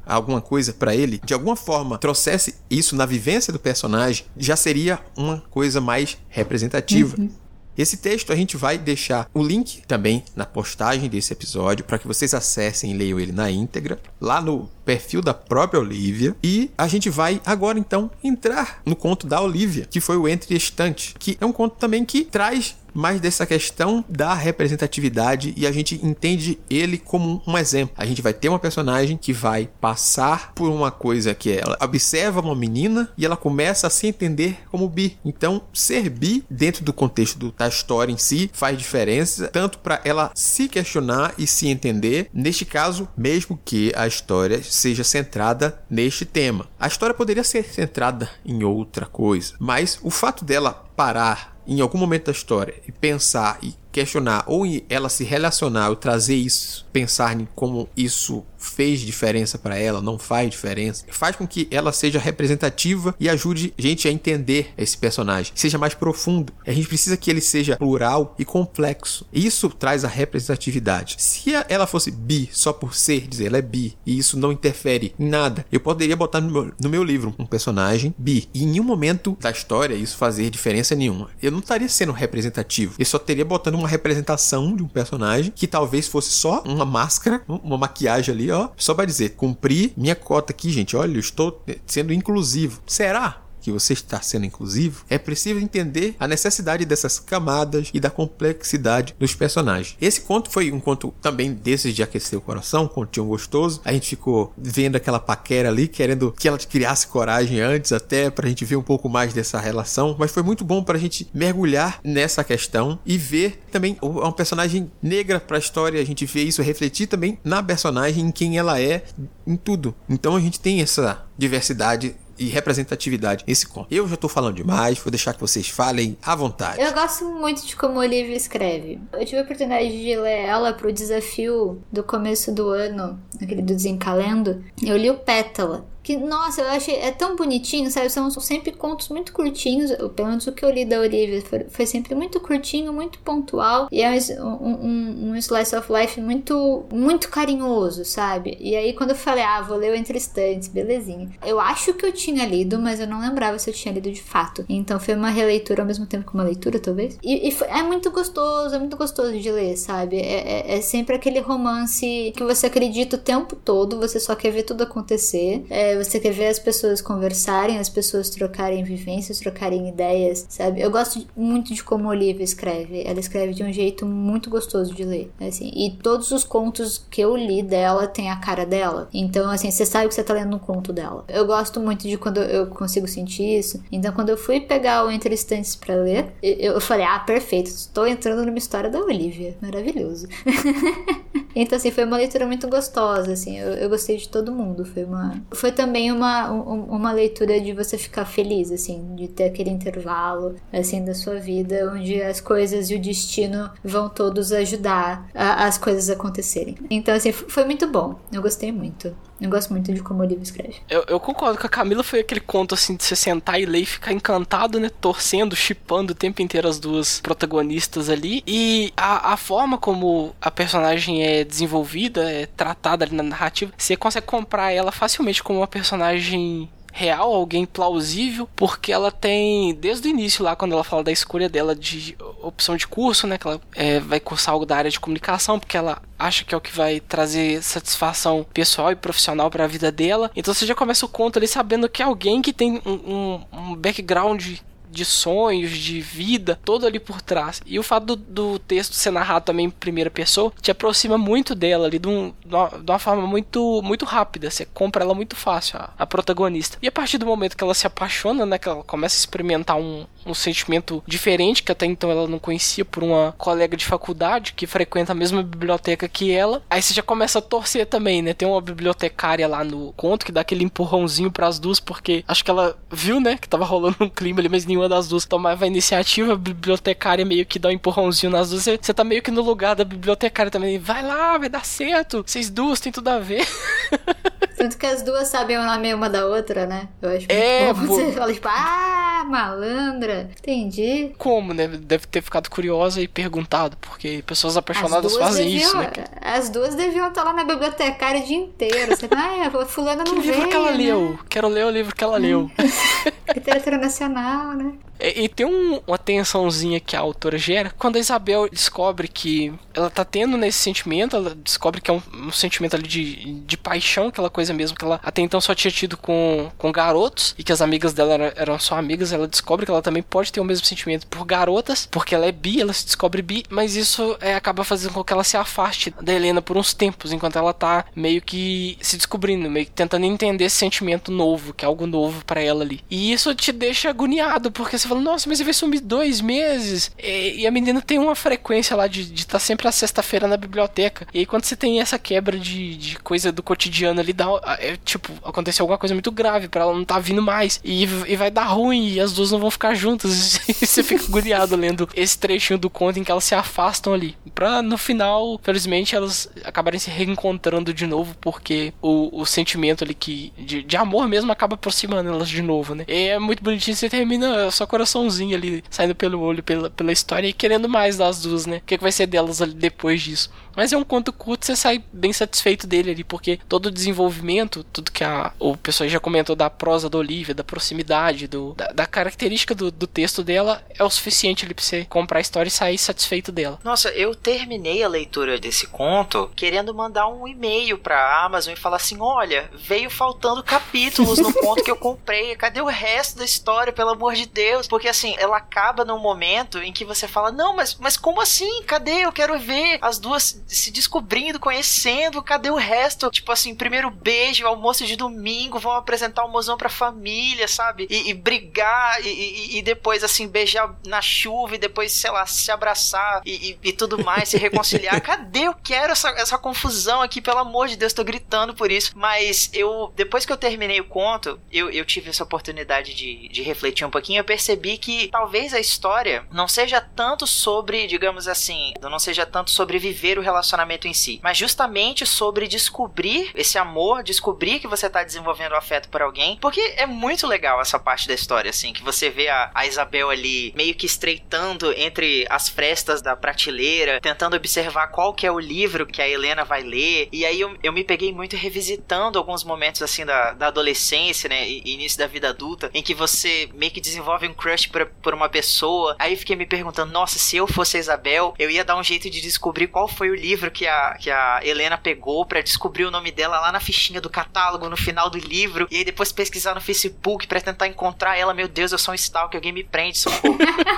alguma coisa pra ele, de alguma forma trouxesse isso na vivência do personagem, já seria uma coisa mais representativa. Uhum. Esse texto a gente vai deixar o link também na postagem desse episódio para que vocês acessem e leiam ele na íntegra, lá no perfil da própria Olivia. E a gente vai agora então entrar no conto da Olivia, que foi o Entre Estantes, que é um conto também que traz mais dessa questão da representatividade e a gente entende ele como um exemplo. A gente vai ter uma personagem que vai passar por uma coisa que ela observa uma menina e ela começa a se entender como bi. Então, ser bi dentro do contexto do, da história em si faz diferença, tanto para ela se questionar e se entender, neste caso, mesmo que a história seja centrada neste tema. A história poderia ser centrada em outra coisa, mas o fato dela parar em algum momento da história e pensar e questionar, ou ela se relacionar ou trazer isso, pensar em como isso fez diferença para ela, não faz diferença, faz com que ela seja representativa e ajude a gente a entender esse personagem, seja mais profundo. A gente precisa que ele seja plural e complexo. Isso traz a representatividade. Se ela fosse bi só por ser, dizer ela é bi, e isso não interfere em nada, eu poderia botar no meu, no meu livro um personagem bi, e em nenhum momento da história isso fazer diferença nenhuma. Eu não estaria sendo representativo, eu só teria botando uma representação de um personagem que talvez fosse só uma máscara, uma maquiagem ali, ó, só pra dizer, cumpri minha cota aqui, gente, olha, eu estou sendo inclusivo. Será que você está sendo inclusivo? É preciso entender a necessidade dessas camadas e da complexidade dos personagens. Esse conto foi um conto também desses de aquecer o coração, um continho gostoso. A gente ficou vendo aquela paquera ali, querendo que ela criasse coragem antes, até pra gente ver um pouco mais dessa relação, mas foi muito bom pra gente mergulhar nessa questão e ver também uma personagem negra pra história, a gente vê isso refletir também na personagem, em quem ela é, em tudo. Então a gente tem essa diversidade e representatividade nesse conto. Eu já tô falando demais, vou deixar que vocês falem à vontade. Eu gosto muito de como a Olivia escreve. Eu tive a oportunidade de ler ela pro desafio do começo do ano, aquele do Desencalendo. Eu li o Pétala. Que, nossa, eu achei, é tão bonitinho, sabe? São sempre contos muito curtinhos, pelo menos o que eu li da Olivia foi, foi sempre muito curtinho, muito pontual, e é um, um, um slice of life muito, muito carinhoso, sabe? E aí quando eu falei, ah, vou ler o Entre Estantes, belezinha. Eu acho que eu tinha lido, mas eu não lembrava se eu tinha lido de fato. Então foi uma releitura ao mesmo tempo que uma leitura, talvez. E, e foi, é muito gostoso, é muito gostoso de ler, sabe? É, é, é sempre aquele romance que você acredita o tempo todo, você só quer ver tudo acontecer. É, você quer ver as pessoas conversarem, as pessoas trocarem vivências, trocarem ideias, sabe? Eu gosto muito de como a Olivia escreve. Ela escreve de um jeito muito gostoso de ler, assim. E todos os contos que eu li dela tem a cara dela. Então, assim, você sabe que você tá lendo um conto dela. Eu gosto muito de quando eu consigo sentir isso. Então, quando eu fui pegar o Entre Estantes pra ler, eu falei, ah, perfeito, estou entrando numa história da Olivia. Maravilhoso. Então, assim, foi uma leitura muito gostosa, assim. Eu, eu gostei de todo mundo. Foi uma... Foi também uma, um, uma leitura de você ficar feliz, assim, de ter aquele intervalo, assim, da sua vida, onde as coisas e o destino vão todos ajudar a, as coisas acontecerem. Então, assim, foi muito bom. Eu gostei muito. Eu gosto muito de como o livro escreve. Eu, eu concordo com a Camila, foi aquele conto, assim, de você sentar e ler e ficar encantado, né? Torcendo, shippando o tempo inteiro as duas protagonistas ali. E a, a forma como a personagem é desenvolvida, é tratada ali na narrativa, você consegue comprar ela facilmente como uma personagem real, alguém plausível, porque ela tem, desde o início lá, quando ela fala da escolha dela de opção de curso, né, que ela é, vai cursar algo da área de comunicação, porque ela acha que é o que vai trazer satisfação pessoal e profissional para a vida dela. Então você já começa o conto ali sabendo que é alguém que tem um, um, um background de sonhos, de vida, todo ali por trás. E o fato do, do texto ser narrado também em primeira pessoa te aproxima muito dela ali de, um, de, uma, de uma forma muito, muito rápida. Você compra ela muito fácil, a, a protagonista. E a partir do momento que ela se apaixona, né, que ela começa a experimentar um, um sentimento diferente, que até então ela não conhecia, por uma colega de faculdade que frequenta a mesma biblioteca que ela, aí você já começa a torcer também, né? Tem uma bibliotecária lá no conto que dá aquele empurrãozinho pras duas, porque acho que ela viu, né, que tava rolando um clima ali, mas nenhuma das duas tomava a iniciativa. A bibliotecária meio que dá um empurrãozinho nas duas. Você, você tá meio que no lugar da bibliotecária também. Vai lá, vai dar certo. Vocês duas tem tudo a ver. Tanto que as duas sabem o nome uma da outra, né? Eu acho É, muito bom. Você fala tipo, ah, malandra. Entendi. Como, né? Deve ter ficado curiosa e perguntado, porque pessoas apaixonadas fazem deviam, isso, né? As duas deviam estar lá na bibliotecária o dia inteiro. Você fala, ah, a fulana não Que veio, livro que ela né? leu? Quero ler o livro que ela leu. Literatura nacional, né? E, e tem um, uma tensãozinha que a autora gera quando a Isabel descobre que ela tá tendo nesse sentimento, ela descobre que é um, um sentimento ali de, de paixão, aquela coisa mesmo que ela até então só tinha tido com, com garotos, e que as amigas dela eram, eram só amigas. Ela descobre que ela também pode ter o mesmo sentimento por garotas, porque ela é bi, ela se descobre bi, mas isso é, acaba fazendo com que ela se afaste da Helena por uns tempos, enquanto ela tá meio que se descobrindo, meio que tentando entender esse sentimento novo, que é algo novo pra ela ali. E isso te deixa agoniado, porque você fala, nossa, mas você vai sumir dois meses, e, e a menina tem uma frequência lá de estar tá sempre à sexta-feira na biblioteca, e aí quando você tem essa quebra de, de coisa do cotidiano ali, dá, é, tipo, aconteceu alguma coisa muito grave pra ela não tá vindo mais, e, e vai dar ruim, e as duas não vão ficar juntas, e você fica agoniado lendo esse trechinho do conto em que elas se afastam ali, pra no final, felizmente, elas acabarem se reencontrando de novo, porque o, o sentimento ali que, de, de amor mesmo acaba aproximando elas de novo, né? E é muito bonitinho, você termina só coraçãozinho ali, saindo pelo olho pela, pela história e querendo mais das duas, né? O que, que vai ser delas ali depois disso? Mas é um conto curto, você sai bem satisfeito dele ali, porque todo o desenvolvimento, tudo que a, o pessoal já comentou da prosa da Olivia, da proximidade, do, da, da característica do, do texto dela, é o suficiente ali pra você comprar a história e sair satisfeito dela. Nossa, eu terminei a leitura desse conto querendo mandar um e-mail pra Amazon e falar assim, olha, veio faltando capítulos no conto que eu comprei, cadê o resto da história, pelo amor de Deus? Porque assim, ela acaba num momento em que você fala, não, mas, mas como assim? Cadê? Eu quero ver as duas se descobrindo, conhecendo, cadê o resto? Tipo assim, primeiro beijo, almoço de domingo, vão apresentar o mozão pra família, sabe? E, e brigar, e, e, e depois assim, beijar na chuva, e depois, sei lá, se abraçar e, e, e tudo mais, se reconciliar. Cadê? Eu quero essa, essa confusão aqui, pelo amor de Deus, tô gritando por isso. Mas eu, depois que eu terminei o conto, eu, eu tive essa oportunidade de, de refletir um pouquinho, eu percebi que talvez a história não seja tanto sobre, digamos assim, não seja tanto sobre viver o relacionamento em si, mas justamente sobre descobrir esse amor, descobrir que você tá desenvolvendo afeto por alguém, porque é muito legal essa parte da história, assim, que você vê a, a Isabel ali meio que estreitando entre as frestas da prateleira, tentando observar qual que é o livro que a Helena vai ler, e aí eu, eu me peguei muito revisitando alguns momentos, assim, da, da adolescência, né, e início da vida adulta, em que você meio que desenvolve um crush por, por uma pessoa, aí fiquei me perguntando, nossa, se eu fosse a Isabel, eu ia dar um jeito de descobrir qual foi o livro que a, que a Helena pegou pra descobrir o nome dela lá na fichinha do catálogo, no final do livro, e aí depois pesquisar no Facebook pra tentar encontrar ela. Meu Deus, eu sou um stalker, alguém me prende, socorro.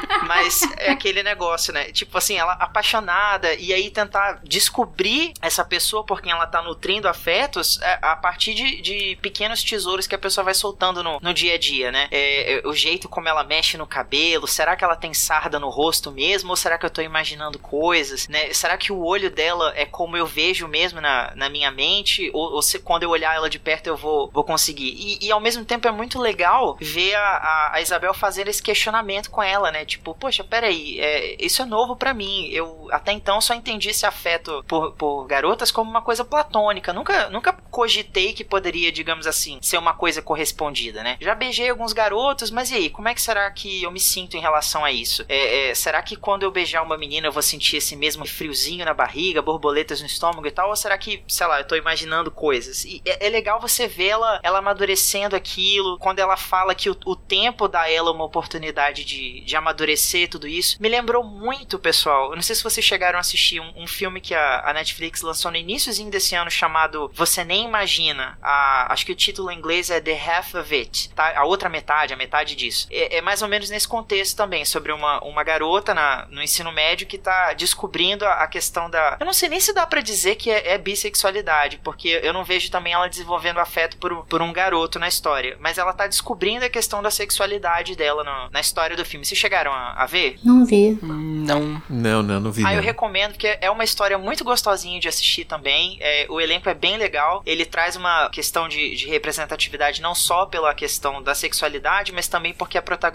Mas é aquele negócio, né? Tipo assim, ela apaixonada, e aí tentar descobrir essa pessoa por quem ela tá nutrindo afetos a partir de, de pequenos tesouros que a pessoa vai soltando no, no dia a dia, né? É, o jeito como ela mexe no cabelo, será que ela tem sarda no rosto mesmo, ou será que eu tô imaginando coisas, né? Será que o olho dela é como eu vejo mesmo na, na minha mente, ou, ou se quando eu olhar ela de perto eu vou, vou conseguir? E, e ao mesmo tempo é muito legal ver a, a, a Isabel fazendo esse questionamento com ela, né? Tipo, poxa, peraí, é, isso é novo pra mim, eu até então só entendi esse afeto por, por garotas como uma coisa platônica, nunca, nunca cogitei que poderia, digamos assim, ser uma coisa correspondida, né? Já beijei alguns garotos, mas e aí, como é que será que eu me sinto em relação a isso? É, é, será que quando eu beijar uma menina eu vou sentir esse mesmo friozinho na barriga, borboletas no estômago e tal, ou será que, sei lá, eu tô imaginando coisas? E é, é legal você ver ela, ela amadurecendo aquilo, quando ela fala que o, o tempo dá a ela uma oportunidade de, de amadurecer tudo isso. Me lembrou muito, pessoal, eu não sei se vocês chegaram a assistir um, um filme que a, a Netflix lançou no iníciozinho desse ano, chamado Você Nem Imagina. A, acho que o título em inglês é The Half of It, tá? A outra metade, a metade disso. É, é mais ou menos nesse contexto também, sobre uma, uma garota na, no ensino médio que tá descobrindo a, a questão da... Eu não sei nem se dá pra dizer que é, é bissexualidade, porque eu não vejo também ela desenvolvendo afeto por, por um garoto na história, mas ela tá descobrindo a questão da sexualidade dela no, na história do filme. Vocês chegaram a, a ver? Não vi. Não. Não, não, não vi. Ah, não. eu recomendo, porque é uma história muito gostosinha de assistir também. É, o elenco é bem legal. Ele traz uma questão de, de representatividade não só pela questão da sexualidade, mas também porque a protagonista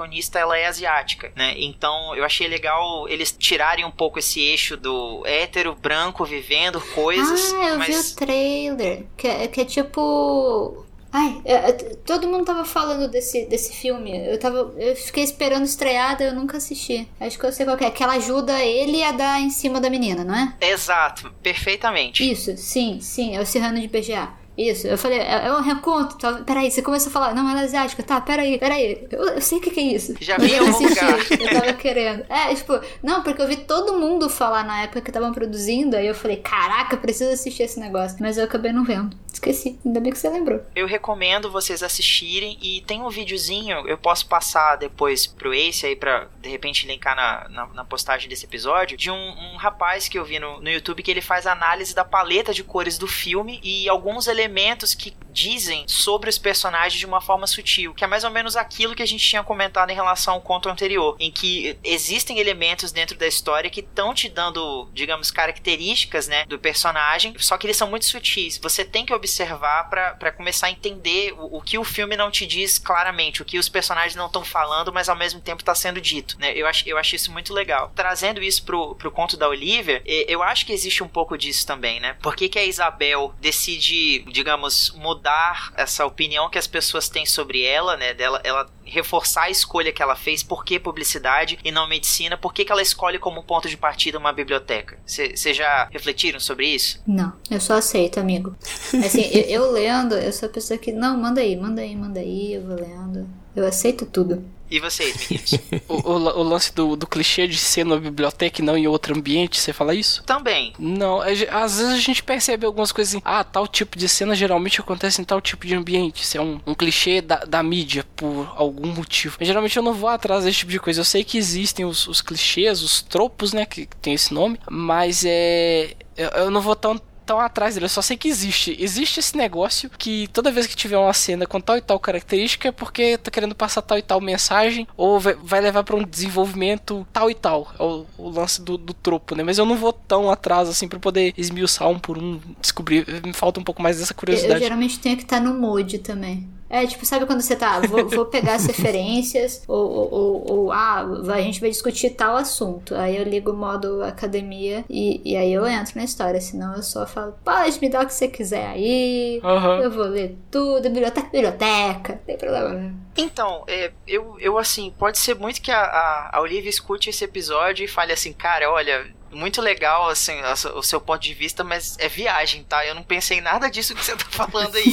protagonista ela é asiática, né? Então eu achei legal eles tirarem um pouco esse eixo do hétero, branco, vivendo coisas. Ah, eu mas... vi o trailer, que é, que é tipo... Ai, é, é, todo mundo tava falando desse, desse filme. Eu, tava, eu fiquei esperando estrear, eu nunca assisti. Acho que eu sei qual que é. Que ela ajuda ele a dar em cima da menina, não é? Exato, perfeitamente. Isso, sim, sim. É o Cyrano de B G A. Isso, eu falei, é, é um reconto, tá? Peraí, você começou a falar, não, ela é asiática, tá, peraí, peraí, eu, eu sei o que, que é isso. Já vi em algum lugar. Eu tava querendo. É, tipo, não, porque eu vi todo mundo falar na época que estavam produzindo, aí eu falei, caraca, preciso assistir esse negócio. Mas eu acabei não vendo, esqueci, ainda bem que você lembrou. Eu recomendo vocês assistirem e tem um videozinho, eu posso passar depois pro Ace aí pra, de repente, linkar na, na, na postagem desse episódio, de um, um rapaz que eu vi no, no YouTube que ele faz análise da paleta de cores do filme e alguns elementos elementos que dizem sobre os personagens de uma forma sutil, que é mais ou menos aquilo que a gente tinha comentado em relação ao conto anterior, em que existem elementos dentro da história que estão te dando, digamos, características, né, do personagem, só que eles são muito sutis. Você tem que observar para começar a entender o, o que o filme não te diz claramente, o que os personagens não estão falando, mas ao mesmo tempo está sendo dito, né? Eu acho, eu acho isso muito legal. Trazendo isso pro, pro conto da Olivia, eu acho que existe um pouco disso também, né? Por que que a Isabel decide, digamos, mudar essa opinião que as pessoas têm sobre ela, né, dela, ela reforçar a escolha que ela fez, por que publicidade e não medicina, por que que ela escolhe como ponto de partida uma biblioteca? Vocês já refletiram sobre isso? Não, eu só aceito, amigo. Assim, eu, eu lendo, eu sou a pessoa que, não, manda aí, manda aí, manda aí, eu vou lendo, eu aceito tudo. E vocês, meninos? o, o, o lance do, do clichê de ser numa biblioteca e não em outro ambiente, você fala isso? Também. Não, é, às vezes a gente percebe algumas coisas assim, ah, tal tipo de cena geralmente acontece em tal tipo de ambiente, isso é um, um clichê da, da mídia por algum motivo. Mas geralmente eu não vou atrás desse tipo de coisa, eu sei que existem os, os clichês, os tropos, né, que, que tem esse nome, mas é... eu, eu não vou tão tão atrás dele, eu só sei que existe. Existe esse negócio que toda vez que tiver uma cena com tal e tal característica é porque tá querendo passar tal e tal mensagem ou vai levar pra um desenvolvimento tal e tal. É o, o lance do, do tropo, né? Mas eu não vou tão atrás assim pra poder esmiuçar um por um, descobrir. Me falta um pouco mais dessa curiosidade. Eu, eu geralmente tenho que estar no mood também. É, tipo, sabe quando você tá, vou, vou pegar as referências, ou, ou, ou, ou, ah, a gente vai discutir tal assunto. Aí eu ligo o modo academia e, e aí eu entro na história. Senão eu só falo, pode me dar o que você quiser aí, uhum. Eu vou ler tudo, biblioteca, biblioteca, não tem problema não. Então, é, eu, eu assim, pode ser muito que a, a, a Olivia escute esse episódio e fale assim, cara, olha... muito legal, assim, o seu ponto de vista, mas é viagem, tá? Eu não pensei em nada disso que você tá falando aí.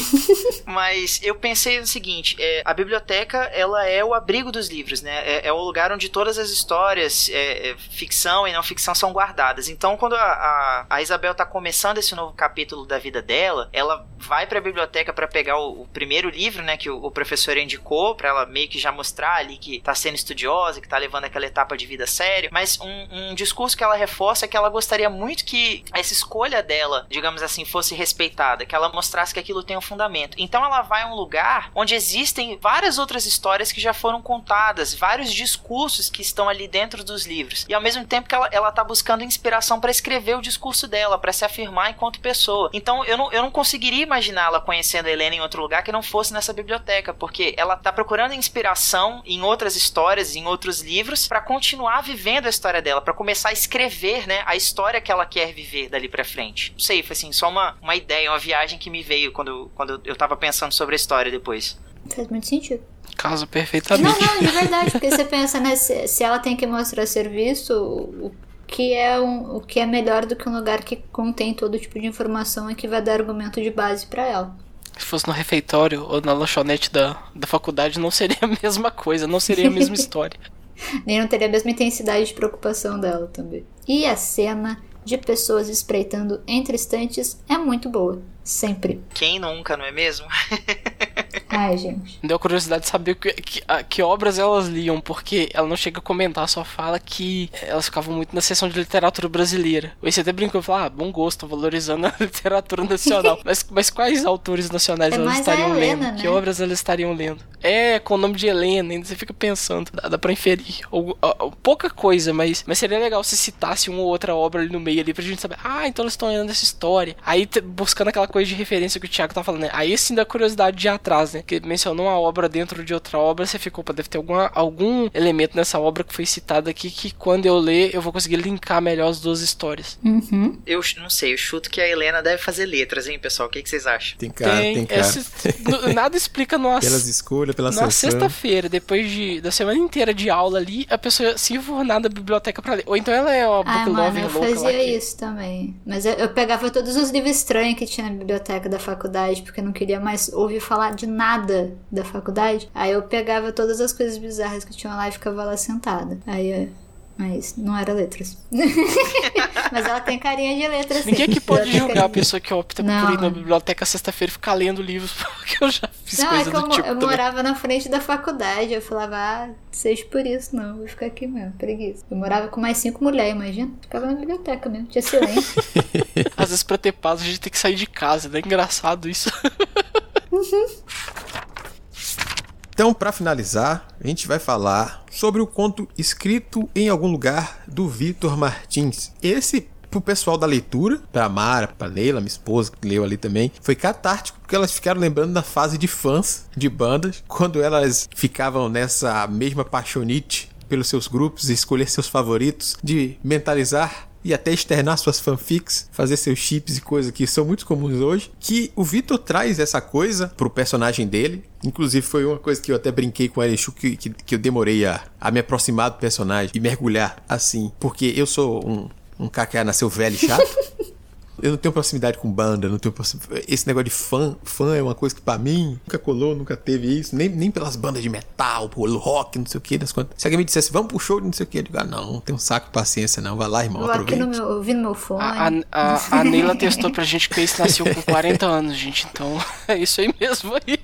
Mas eu pensei no seguinte, é, a biblioteca, ela é o abrigo dos livros, né? É, é o lugar onde todas as histórias, é, é, ficção e não ficção, são guardadas. Então, quando a, a, a Isabel tá começando esse novo capítulo da vida dela, ela vai pra biblioteca pra pegar o, o primeiro livro, né, que o, o professor indicou, pra ela meio que já mostrar ali que tá sendo estudiosa, que tá levando aquela etapa de vida a sério, mas um, um discurso que ela reforça é que ela gostaria muito que essa escolha dela, digamos assim, fosse respeitada, que ela mostrasse que aquilo tem um fundamento. Então ela vai a um lugar onde existem várias outras histórias que já foram contadas, vários discursos que estão ali dentro dos livros. E ao mesmo tempo que ela, ela tá buscando inspiração para escrever o discurso dela, para se afirmar enquanto pessoa. Então eu não, eu não conseguiria imaginá-la conhecendo a Helena em outro lugar que não fosse nessa biblioteca, porque ela tá procurando inspiração em outras histórias, em outros livros, para continuar vivendo a história dela, para começar a escrever, né, a história que ela quer viver dali pra frente. Não sei, foi assim, só uma, uma ideia, uma viagem que me veio quando, quando eu tava pensando sobre a história depois. Faz muito sentido. Casa perfeitamente. Não, não, de verdade, porque você pensa, né, se, se ela tem que mostrar serviço, o que, é um, o que é melhor do que um lugar que contém todo tipo de informação e que vai dar argumento de base pra ela. Se fosse no refeitório ou na lanchonete da, da faculdade, não seria a mesma coisa, não seria a mesma história. Nem não teria a mesma intensidade de preocupação dela também. E a cena de pessoas espreitando entre estantes é muito boa. Sempre. Quem nunca, não é mesmo? Ai, gente. Deu curiosidade de saber que, que, que obras elas liam, porque ela não chega a comentar, só fala que elas ficavam muito na seção de literatura brasileira. Você até brincou e falou, ah, bom gosto, valorizando a literatura nacional. mas, mas quais autores nacionais é elas estariam Helena, lendo? né? Que obras elas estariam lendo? É, com o nome de Helena, ainda você fica pensando, dá, dá pra inferir. Ou, ou, pouca coisa, mas, mas seria legal se citasse uma ou outra obra ali no meio ali pra gente saber, ah, então eles estão olhando essa história. Aí te, buscando aquela coisa de referência que o Thiago tá falando, né? Aí sim dá curiosidade de ir atrás, né? Que mencionou uma obra dentro de outra obra, você ficou, pô, deve ter alguma, algum elemento nessa obra que foi citado aqui que quando eu ler eu vou conseguir linkar melhor as duas histórias. Uhum. Eu não sei, eu chuto que a Helena deve fazer letras, hein, pessoal? O que, que vocês acham? Tem cara, tem, tem cara. Esse, nada explica numa, pelas escolhas, pela na sexta-feira, depois de, da semana inteira de aula ali, a pessoa se enfornar na biblioteca pra ler. Ou então ela é uma book lover louca. Eu fazia isso também. Mas eu, eu pegava todos os livros estranhos que tinha na biblioteca da faculdade, porque eu não queria mais ouvir falar de nada da faculdade. Aí eu pegava todas as coisas bizarras que tinham lá e ficava lá sentada. Aí eu... Mas não era letras. Mas ela tem carinha de letras. Ninguém aqui pode julgar carinha. a pessoa que opta não, por ir na não. biblioteca sexta-feira e ficar lendo livros, porque eu já fiz não, coisa é que do eu, tipo eu também. morava na frente da faculdade. Eu falava, ah, seja por isso, não, vou ficar aqui mesmo, preguiça. Eu morava com mais cinco mulheres, imagina. Ficava na biblioteca mesmo, tinha silêncio. Às vezes pra ter paz a gente tem que sair de casa, né? Engraçado isso. Uhum. Então, para finalizar, a gente vai falar sobre o conto escrito em algum lugar do Vitor Martins. Esse, pro pessoal da leitura, pra Mara, pra Leila, minha esposa, que leu ali também, foi catártico, porque elas ficaram lembrando da fase de fãs de bandas, quando elas ficavam nessa mesma paixonite pelos seus grupos, escolher seus favoritos, de mentalizar e até externar suas fanfics, fazer seus chips e coisas que são muito comuns hoje, que o Vitor traz essa coisa pro personagem dele. Inclusive foi uma coisa que eu até brinquei com a Erechu, que, que, que eu demorei a, a me aproximar do personagem e mergulhar assim, porque eu sou um, um cara que nasceu velho e chato. Eu não tenho proximidade com banda, não tenho proximidade. Esse negócio de fã, fã é uma coisa que pra mim nunca colou, nunca teve isso, nem, nem pelas bandas de metal, pelo rock, não sei o que, das contas. Se alguém me dissesse, vamos pro show de não sei o que, eu digo, ah, não, não tenho um saco de paciência, não, vai lá, irmão, Vou aqui aproveita. no meu, ouvindo meu fone. A, a, a, a Neila testou pra gente que o Ace nasceu com quarenta anos, gente, então é isso aí mesmo aí.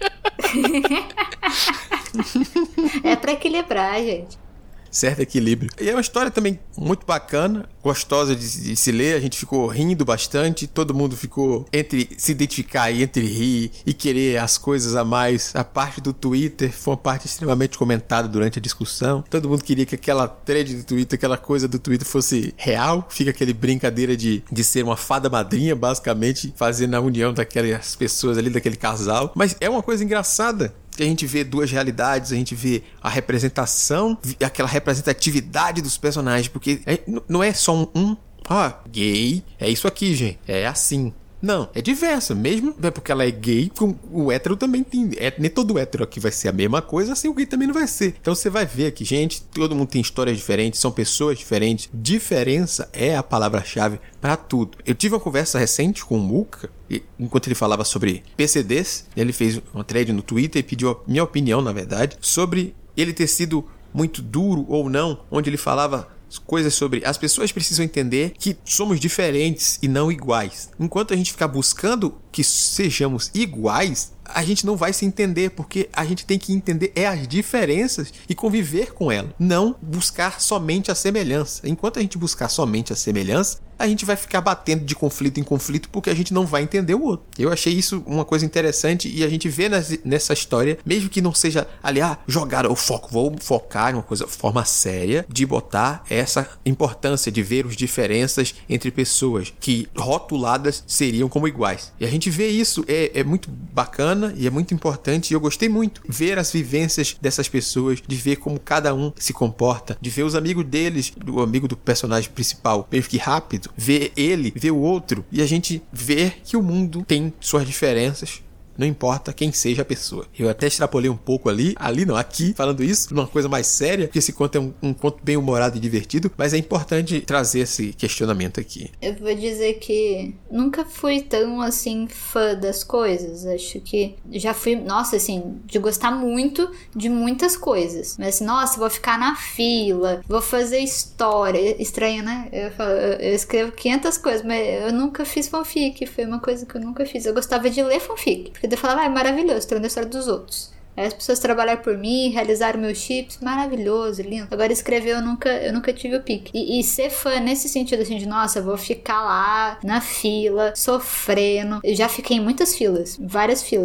É pra equilibrar, gente. Certo equilíbrio. E é uma história também muito bacana, gostosa de, de se ler. A gente ficou rindo bastante, todo mundo ficou entre se identificar e entre rir e querer as coisas a mais. A parte do Twitter foi uma parte extremamente comentada durante a discussão. Todo mundo queria que aquela thread do Twitter, aquela coisa do Twitter fosse real. Fica aquele brincadeira de, de ser uma fada madrinha, basicamente, fazendo a união daquelas pessoas ali, daquele casal. Mas é uma coisa engraçada. A gente vê duas realidades, a gente vê a representação, aquela representatividade dos personagens, porque é, não é só um, um, ah, gay, é isso aqui, gente, é assim. Não, é diversa, mesmo é porque ela é gay, o hétero também tem, é, nem todo hétero aqui vai ser a mesma coisa, assim o gay também não vai ser. Então você vai ver aqui, gente, todo mundo tem histórias diferentes, são pessoas diferentes, diferença é a palavra-chave para tudo. Eu tive uma conversa recente com o Muka, e, enquanto ele falava sobre P C Ds, ele fez uma thread no Twitter e pediu a minha opinião, na verdade, sobre ele ter sido muito duro ou não, onde ele falava coisas sobre as pessoas precisam entender que somos diferentes e não iguais. Enquanto a gente ficar buscando que sejamos iguais, a gente não vai se entender, porque a gente tem que entender é as diferenças e conviver com elas, não buscar somente a semelhança. Enquanto a gente buscar somente a semelhança, a gente vai ficar batendo de conflito em conflito porque a gente não vai entender o outro. Eu achei isso uma coisa interessante e a gente vê nessa história, mesmo que não seja ali, ah, jogar o foco, vou focar em uma coisa, forma séria de botar essa importância de ver as diferenças entre pessoas que rotuladas seriam como iguais. E a gente vê isso, é, é muito bacana e é muito importante e eu gostei muito ver as vivências dessas pessoas, de ver como cada um se comporta, de ver os amigos deles, o amigo do personagem principal, meio que rápido, ver ele, ver o outro e a gente ver que o mundo tem suas diferenças, não importa quem seja a pessoa. Eu até extrapolei um pouco ali, ali não, aqui, falando isso, numa coisa mais séria, porque esse conto é um, um conto bem humorado e divertido, mas é importante trazer esse questionamento aqui. Eu vou dizer que nunca fui tão, assim, fã das coisas. Acho que já fui, nossa, assim, de gostar muito de muitas coisas. Mas assim, nossa, vou ficar na fila, vou fazer história. Estranho, né? Eu, falo, eu escrevo quinhentas coisas, mas eu nunca fiz fanfic, foi uma coisa que eu nunca fiz. Eu gostava de ler fanfic, porque eu falava, ah, é maravilhoso, tô lendo a história dos outros. Aí as pessoas trabalharam por mim, realizaram meus chips, maravilhoso, lindo. Agora escrever eu nunca, eu nunca tive o pique. E, e ser fã nesse sentido, assim, de nossa, vou ficar lá na fila, sofrendo. Eu já fiquei em muitas filas, várias filas.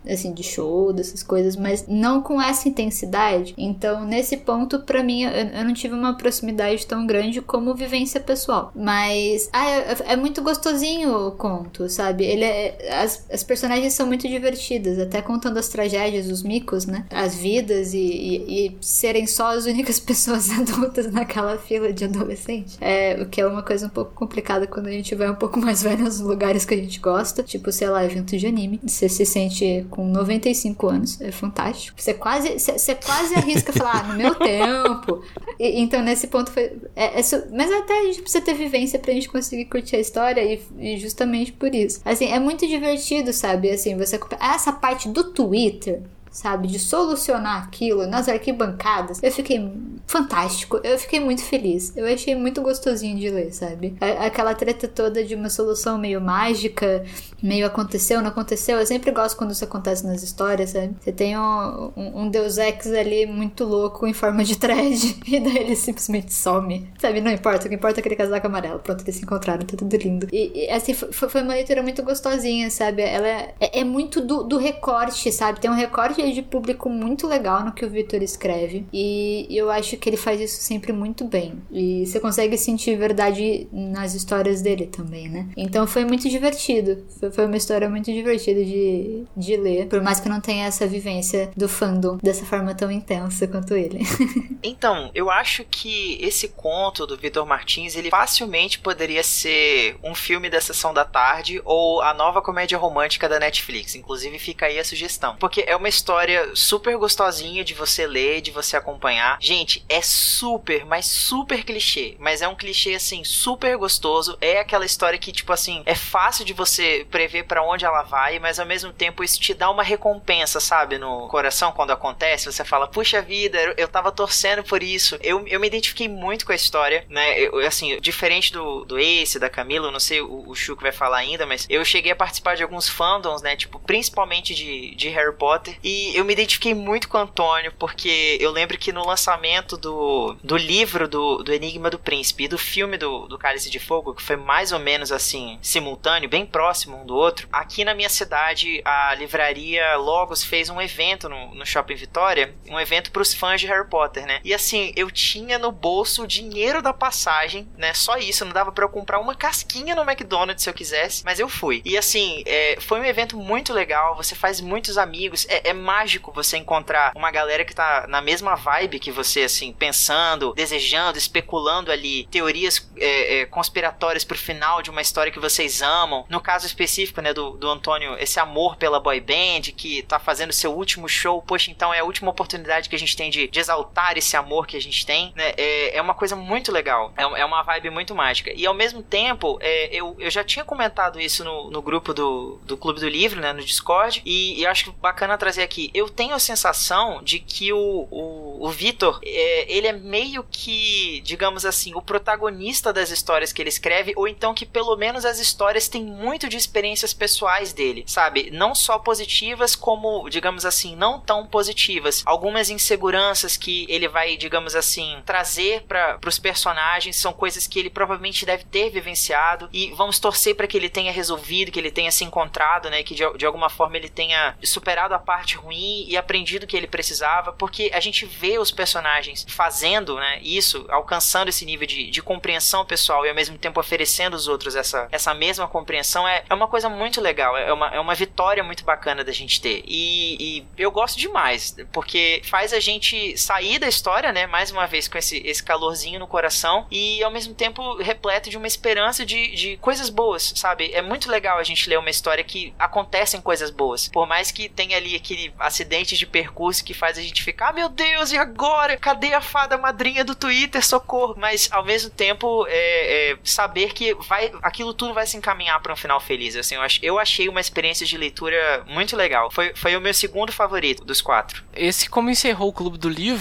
assim, de show, dessas coisas, mas não com essa intensidade. Então, nesse ponto, pra mim, eu, eu não tive uma proximidade tão grande como vivência pessoal. Mas, ah, é, é muito gostosinho o conto, sabe? Ele é, as, as personagens são muito divertidas, até contando as tragédias, os micos, né? As vidas e, e, e serem só as únicas pessoas adultas naquela fila de adolescente. É, o que é uma coisa um pouco complicada quando a gente vai um pouco mais velho nos lugares que a gente gosta, tipo, sei lá, evento de anime. Você se sente com noventa e cinco anos, é fantástico. Você quase, você, você quase arrisca falar, ah, no meu tempo. E, então, nesse ponto foi... É, é, mas até a gente precisa ter vivência pra gente conseguir curtir a história e, e justamente por isso. Assim, é muito divertido, sabe? Assim, você... Essa parte do Twitter, sabe, de solucionar aquilo nas arquibancadas, eu fiquei fantástico, eu fiquei muito feliz, eu achei muito gostosinho de ler, sabe, aquela treta toda de uma solução meio mágica, meio aconteceu, não aconteceu, eu sempre gosto quando isso acontece nas histórias, sabe, você tem um, um, um Deus Ex ali muito louco em forma de thread, e daí ele simplesmente some, sabe, não importa, o que importa é aquele casaco amarelo, pronto, eles se encontraram, tá tudo lindo, e, e assim, foi, foi uma leitura muito gostosinha, sabe, ela é, é muito do, do recorte, sabe, tem um recorte de público muito legal no que o Victor escreve, e eu acho que ele faz isso sempre muito bem, e você consegue sentir verdade nas histórias dele também, né? Então foi muito divertido, foi uma história muito divertida de, de ler, por mais que eu não tenha essa vivência do fandom dessa forma tão intensa quanto ele. Então, eu acho que esse conto do Victor Martins, ele facilmente poderia ser um filme da Sessão da Tarde ou a nova comédia romântica da Netflix, inclusive fica aí a sugestão, porque é uma história super gostosinha de você ler, de você acompanhar. Gente, é super, mas super clichê, mas é um clichê, assim, super gostoso. É aquela história que, tipo assim, é fácil de você prever pra onde ela vai, mas ao mesmo tempo isso te dá uma recompensa, sabe, no coração quando acontece. Você fala, puxa vida, eu, eu tava torcendo por isso. Eu, eu me identifiquei muito com a história, né, eu, assim, diferente do, do Ace, da Camila, eu não sei, o, o Chuck vai falar ainda, mas eu cheguei a participar de alguns fandoms, né, tipo, principalmente de, de Harry Potter, e eu me identifiquei muito com o Antônio, porque eu lembro que no lançamento do, do livro do, do Enigma do Príncipe e do filme do, do Cálice de Fogo, que foi mais ou menos assim, simultâneo, bem próximo um do outro, aqui na minha cidade, a livraria Logos fez um evento no, no Shopping Vitória, um evento pros fãs de Harry Potter, né? E assim, eu tinha no bolso o dinheiro da passagem, né? Só isso, não dava pra eu comprar uma casquinha no McDonald's se eu quisesse, mas eu fui. E assim, é, foi um evento muito legal, você faz muitos amigos, é, é mágico você encontrar uma galera que tá na mesma vibe que você, assim, pensando, desejando, especulando ali teorias é, é, conspiratórias pro final de uma história que vocês amam. No caso específico, né, do, do Antônio, esse amor pela boy band, que tá fazendo seu último show, poxa, então é a última oportunidade que a gente tem de, de exaltar esse amor que a gente tem, né, é, é uma coisa muito legal, é, é uma vibe muito mágica. E ao mesmo tempo, é, eu, eu já tinha comentado isso no, no grupo do, do Clube do Livro, né, no Discord, e, e acho bacana trazer aqui. Eu tenho a sensação de que o, o, o Victor, é, ele é meio que, digamos assim, o protagonista das histórias que ele escreve, ou então que pelo menos as histórias têm muito de experiências pessoais dele, sabe? Não só positivas, como, digamos assim, não tão positivas. Algumas inseguranças que ele vai, digamos assim, trazer para os personagens são coisas que ele provavelmente deve ter vivenciado, e vamos torcer para que ele tenha resolvido, que ele tenha se encontrado, né? Que de, de alguma forma ele tenha superado a parte ruim e aprendido o que ele precisava, porque a gente vê os personagens fazendo, né, isso, alcançando esse nível de, de compreensão pessoal e ao mesmo tempo oferecendo aos outros essa, essa mesma compreensão, é, é uma coisa muito legal, é uma, é uma vitória muito bacana da gente ter, e, e eu gosto demais, porque faz a gente sair da história, né, mais uma vez com esse, esse calorzinho no coração, e ao mesmo tempo repleto de uma esperança de, de coisas boas, sabe? É muito legal a gente ler uma história que acontecem coisas boas, por mais que tenha ali aquele acidente de percurso que faz a gente ficar, ah, meu Deus, e agora? Cadê a fada madrinha do Twitter? Socorro! Mas ao mesmo tempo é, é, saber que vai, aquilo tudo vai se encaminhar para um final feliz, assim, eu, ach, eu achei uma experiência de leitura muito legal, foi, foi o meu segundo favorito dos quatro. Esse, como encerrou o Clube do Livro,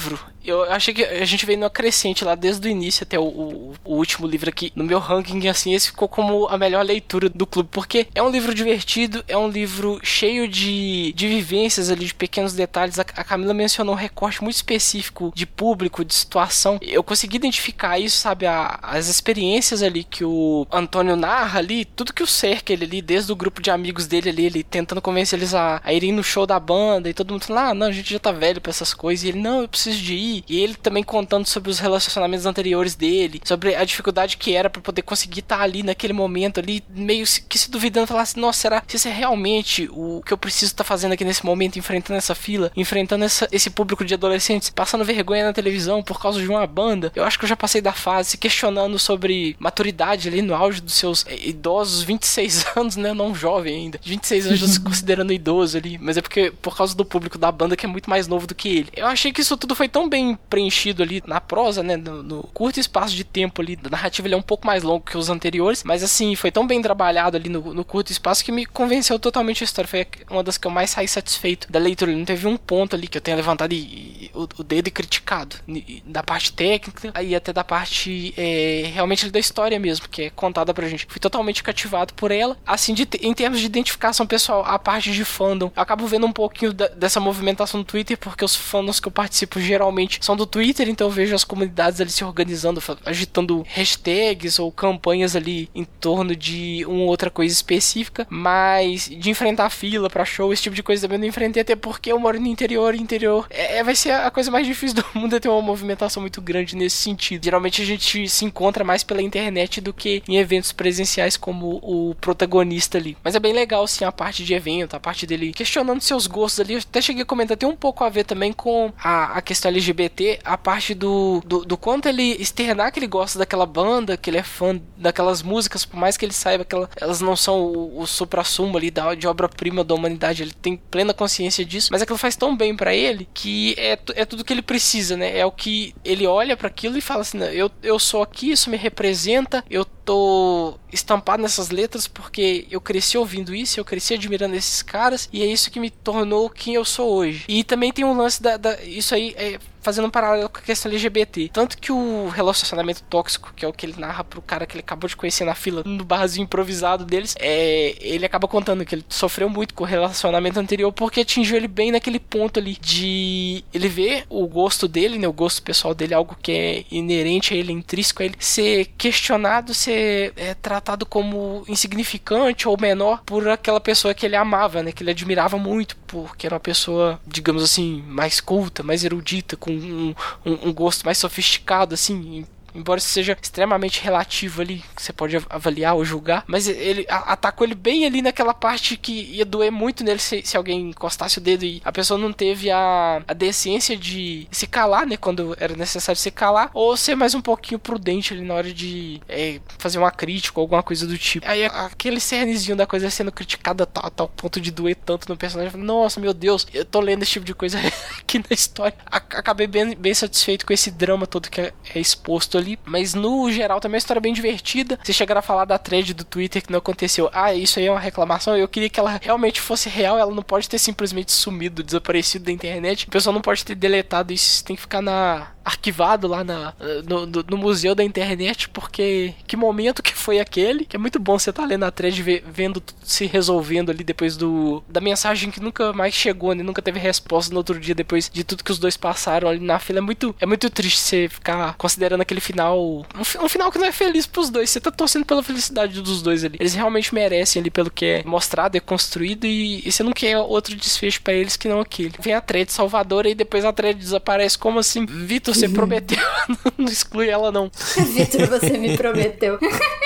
Eu achei que a gente veio numa crescente lá desde o início até o, o, o último livro aqui. No meu ranking, assim, esse ficou como a melhor leitura do clube, porque é um livro divertido, é um livro cheio de, de vivências ali, de pequenos detalhes. A, a Camila mencionou um recorte muito específico de público, de situação. Eu consegui identificar isso, sabe, a, as experiências ali que o Antônio narra ali, tudo que o cerca ele ali, desde o grupo de amigos dele ali, ele tentando convencer eles a, a irem no show da banda, e todo mundo falando, ah, não, a gente já tá velho pra essas coisas, e ele, não, eu preciso de ir, e ele também contando sobre os relacionamentos anteriores dele, sobre a dificuldade que era pra poder conseguir estar tá ali naquele momento ali, meio que se duvidando, falar assim, nossa, será que isso é realmente o que eu preciso estar tá fazendo aqui nesse momento, enfrentando essa fila, enfrentando essa, esse público de adolescentes, passando vergonha na televisão por causa de uma banda? Eu acho que eu já passei da fase, se questionando sobre maturidade ali no auge dos seus é, idosos vinte e seis anos, né, não jovem ainda, vinte e seis anos já se considerando idoso ali, mas é porque por causa do público da banda que é muito mais novo do que ele. Eu achei que isso tudo foi tão bem preenchido ali na prosa, né, no, no curto espaço de tempo ali, da narrativa ele é um pouco mais longo que os anteriores, mas assim, foi tão bem trabalhado ali no, no curto espaço que me convenceu totalmente a história, foi uma das que eu mais saí satisfeito da leitura. Não teve um ponto ali que eu tenha levantado e, e, o, o dedo e criticado, e, da parte técnica e até da parte é, realmente da história mesmo, que é contada pra gente. Fui totalmente cativado por ela. Assim, de, em termos de identificação pessoal, a parte de fandom, eu acabo vendo um pouquinho da, dessa movimentação no Twitter, porque os fandoms que eu participo geralmente são do Twitter, então eu vejo as comunidades ali se organizando, agitando hashtags ou campanhas ali em torno de uma outra coisa específica, mas de enfrentar fila pra show, esse tipo de coisa também eu não enfrentei, até porque eu moro no interior, e interior é, vai ser a coisa mais difícil do mundo, é ter uma movimentação muito grande nesse sentido. Geralmente a gente se encontra mais pela internet do que em eventos presenciais como o protagonista ali. Mas é bem legal sim a parte de evento, a parte dele questionando seus gostos ali. Eu até cheguei a comentar, tem um pouco a ver também com a, a questão L G B T, a parte do, do, do quanto ele externar que ele gosta daquela banda, que ele é fã daquelas músicas, por mais que ele saiba que ela, elas não são o, o supra-sumo ali da, de obra-prima da humanidade, ele tem plena consciência disso, mas aquilo faz tão bem pra ele que é, é tudo que ele precisa, né? É o que ele olha pra aquilo e fala assim, não, eu, eu sou aqui, isso me representa, eu tô estampado nessas letras porque eu cresci ouvindo isso, eu cresci admirando esses caras, e é isso que me tornou quem eu sou hoje. E também tem um lance da, da isso aí é fazendo um paralelo com a questão L G B T. Tanto que o relacionamento tóxico, que é o que ele narra pro cara que ele acabou de conhecer na fila, no barzinho improvisado deles, é, ele acaba contando que ele sofreu muito com o relacionamento anterior porque atingiu ele bem naquele ponto ali de ele ver o gosto dele, né, o gosto pessoal dele, algo que é inerente a ele, intrínseco a ele, ser questionado, ser é, tratado como insignificante ou menor por aquela pessoa que ele amava, né, que ele admirava muito, porque era uma pessoa, digamos assim, mais culta, mais erudita, com Um, um, um gosto mais sofisticado, assim, embora isso seja extremamente relativo ali, que você pode avaliar ou julgar, mas ele a, atacou ele bem ali naquela parte que ia doer muito nele se, se alguém encostasse o dedo e a pessoa não teve a, a decência de se calar, né, quando era necessário se calar, ou ser mais um pouquinho prudente ali na hora de é, fazer uma crítica ou alguma coisa do tipo. Aí aquele cernezinho da coisa sendo criticada a tal, a tal ponto de doer tanto no personagem, nossa, meu Deus, eu tô lendo esse tipo de coisa aqui na história. Acabei bem, bem satisfeito com esse drama todo que é, é exposto ali. Ali, mas no geral também é uma história bem divertida. Vocês chegaram a falar da thread do Twitter que não aconteceu. Ah, isso aí é uma reclamação. Eu queria que ela realmente fosse real. Ela não pode ter simplesmente sumido, desaparecido da internet. O pessoal não pode ter deletado isso. Isso tem que ficar na... arquivado lá na, no, no, no museu da internet, porque que momento que foi aquele, que é muito bom você estar tá lendo a thread, vendo tudo se resolvendo ali depois do da mensagem que nunca mais chegou, né? Nunca teve resposta no outro dia depois de tudo que os dois passaram ali na fila. É muito, é muito triste você ficar considerando aquele final um, um final que não é feliz pros dois. Você tá torcendo pela felicidade dos dois ali. Eles realmente merecem ali pelo que é mostrado, é construído, e, e você não quer outro desfecho pra eles que não aquele. Vem a thread salvadora e depois a thread desaparece. Como assim? Vitor, você prometeu, não exclui ela não. Vitor, você me prometeu.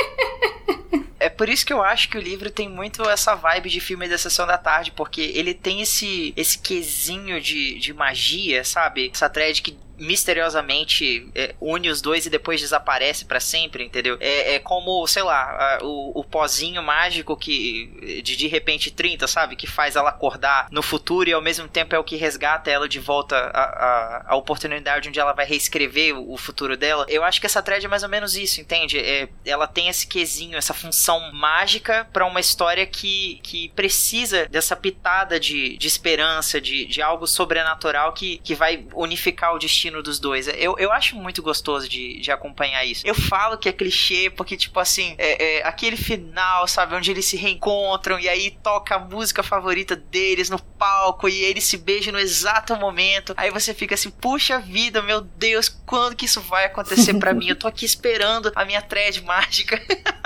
É por isso que eu acho que o livro tem muito essa vibe de filme da Sessão da Tarde, porque ele tem esse, esse quesinho de, de magia, sabe? Essa thread que misteriosamente é, une os dois e depois desaparece pra sempre, entendeu? É, é como, sei lá, a, o, o pozinho mágico que de de repente trinta, sabe? Que faz ela acordar no futuro e ao mesmo tempo é o que resgata ela de volta a, a, a oportunidade onde ela vai reescrever o, o futuro dela. Eu acho que essa thread é mais ou menos isso, entende? É, ela tem esse quesinho, essa função mágica pra uma história que, que precisa dessa pitada de, de esperança, de, de algo sobrenatural que, que vai unificar o destino destino dos dois. Eu, eu acho muito gostoso de, de acompanhar isso. Eu falo que é clichê porque, tipo assim, é, é aquele final, sabe, onde eles se reencontram e aí toca a música favorita deles no palco e eles se beijam no exato momento. Aí você fica assim, puxa vida, meu Deus, quando que isso vai acontecer pra mim? Eu tô aqui esperando a minha thread mágica.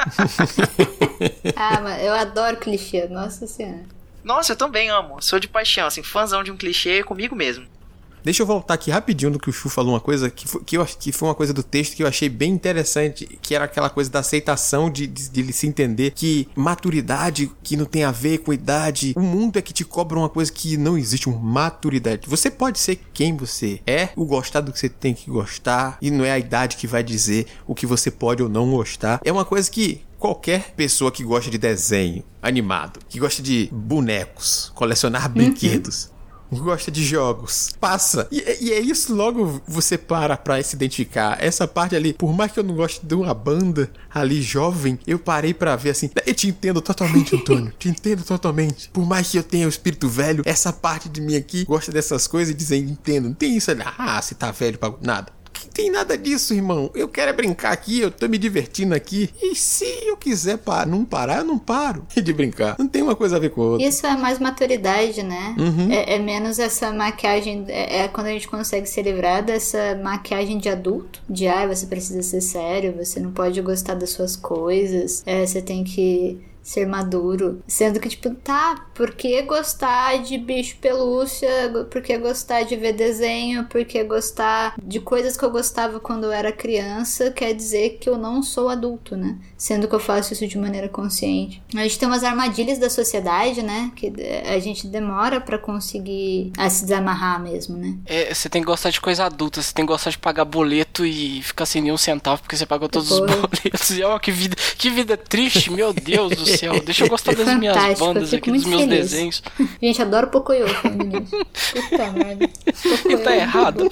Ah, mas eu adoro clichê, nossa senhora. Nossa, eu também amo. Sou de paixão, assim, fãzão de um clichê comigo mesmo. Deixa eu voltar aqui rapidinho no que o Chu falou, uma coisa que foi, que, eu, que foi uma coisa do texto que eu achei bem interessante, que era aquela coisa da aceitação de, de, de ele se entender que maturidade, que não tem a ver com idade, o mundo é que te cobra uma coisa que não existe, uma maturidade. Você pode ser quem você é, o gostar do que você tem que gostar, e não é a idade que vai dizer o que você pode ou não gostar. É uma coisa que qualquer pessoa que gosta de desenho animado, que gosta de bonecos, colecionar brinquedos, gosta de jogos, passa. E, e é isso, logo você para pra se identificar. Essa parte ali, por mais que eu não goste de uma banda ali jovem, eu parei pra ver assim. Eu te entendo totalmente, Antônio. Te entendo totalmente. Por mais que eu tenha o espírito velho, essa parte de mim aqui gosta dessas coisas e diz, entendo. Não tem isso ali. Ah, você tá velho pra nada. Não tem nada disso, irmão. Eu quero é brincar aqui, eu tô me divertindo aqui. E se eu quiser par- não parar, eu não paro de brincar. Não tem uma coisa a ver com a outra. Isso é mais maturidade, né? Uhum. É, é menos essa maquiagem. É, é quando a gente consegue se livrar dessa maquiagem de adulto. De, ah, você precisa ser sério, você não pode gostar das suas coisas. É, você tem que ser maduro. Sendo que, tipo, tá, por que gostar de bicho pelúcia? Por que gostar de ver desenho? Por que gostar de coisas que eu gostava quando eu era criança? Quer dizer que eu não sou adulto, né? Sendo que eu faço isso de maneira consciente. A gente tem umas armadilhas da sociedade, né? Que a gente demora pra conseguir a se desamarrar mesmo, né? É, você tem que gostar de coisa adulta, você tem que gostar de pagar boleto e ficar sem nenhum centavo porque você pagou todos Porra. os boletos. E ó, que vida, que vida triste, meu Deus do céu. Deixa eu gostar das minhas Fantástico, bandas eu aqui, fico dos muito meus feliz. desenhos. Gente, adoro Pocoyo, meninos. Puta merda. Pocoyo Tá é errado.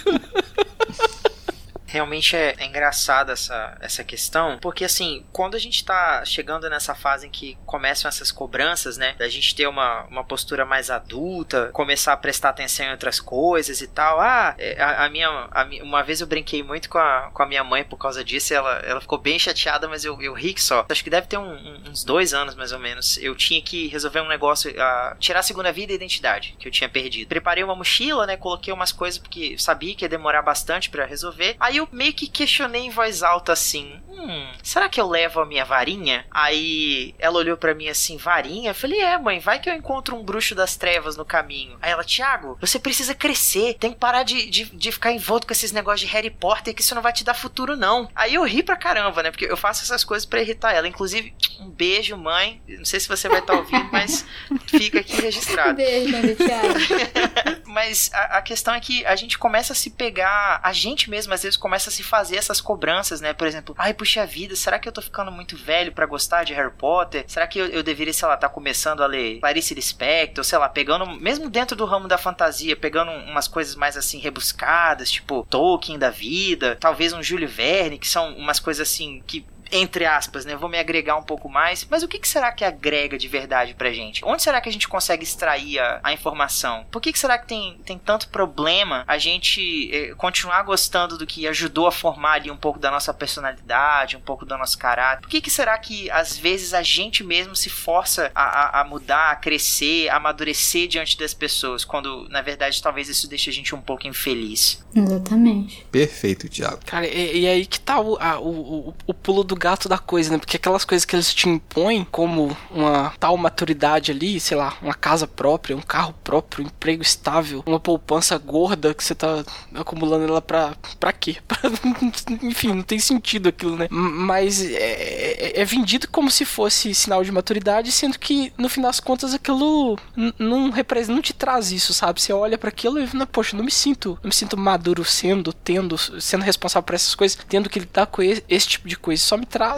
Realmente é, é engraçado essa, essa questão, porque assim, quando a gente tá chegando nessa fase em que começam essas cobranças, né, da gente ter uma, uma postura mais adulta, começar a prestar atenção em outras coisas e tal, ah, a, a minha, a, uma vez eu brinquei muito com a, com a minha mãe por causa disso, ela, ela ficou bem chateada, mas eu, eu ri que só. Acho que deve ter um, um, uns dois anos, mais ou menos, eu tinha que resolver um negócio, uh, tirar a segunda vida e a identidade, que eu tinha perdido. Preparei uma mochila, né, coloquei umas coisas porque sabia que ia demorar bastante pra resolver, aí eu meio que questionei em voz alta assim, hum, será que eu levo a minha varinha? Aí ela olhou pra mim assim, varinha? Eu falei, é mãe, vai que eu encontro um bruxo das trevas no caminho. Aí ela, Thiago, você precisa crescer, tem que parar de, de, de ficar envolto com esses negócios de Harry Potter, que isso não vai te dar futuro não. Aí eu ri pra caramba, né, porque eu faço essas coisas pra irritar ela, inclusive, um beijo mãe, não sei se você vai estar ouvindo, mas fica aqui registrado. Beijo, mano, Thiago. Mas a, a questão é que a gente começa a se pegar, a gente mesmo às vezes começa a se fazer essas cobranças, né? Por exemplo, ai, puxa vida, será que eu tô ficando muito velho pra gostar de Harry Potter? Será que eu, eu deveria, sei lá, tá começando a ler Clarice Lispector, sei lá, pegando, mesmo dentro do ramo da fantasia, pegando umas coisas mais assim, rebuscadas, tipo Tolkien da vida, talvez um Júlio Verne, que são umas coisas assim, que entre aspas, né, vou me agregar um pouco mais, mas o que, que será que agrega de verdade pra gente? Onde será que a gente consegue extrair a, a informação? Por que, que será que tem, tem tanto problema a gente eh, continuar gostando do que ajudou a formar ali um pouco da nossa personalidade, um pouco do nosso caráter? Por que, que será que às vezes a gente mesmo se força a, a, a mudar, a crescer, a amadurecer diante das pessoas, quando na verdade talvez isso deixe a gente um pouco infeliz? Exatamente. Perfeito, Thiago. Cara, e, e aí que tá o, a, o, o, o pulo do gato da coisa, né? Porque aquelas coisas que eles te impõem, como uma tal maturidade ali, sei lá, uma casa própria, um carro próprio, um emprego estável, uma poupança gorda que você tá acumulando ela pra, pra quê? Pra, enfim, não tem sentido aquilo, né? Mas é, é, é vendido como se fosse sinal de maturidade, sendo que, no fim das contas, aquilo n- não representa, não te traz isso, sabe? Você olha pra aquilo e, não, poxa, não me sinto, não me sinto maduro sendo, tendo, sendo responsável por essas coisas, tendo que lidar com esse, esse tipo de coisa. Só me traz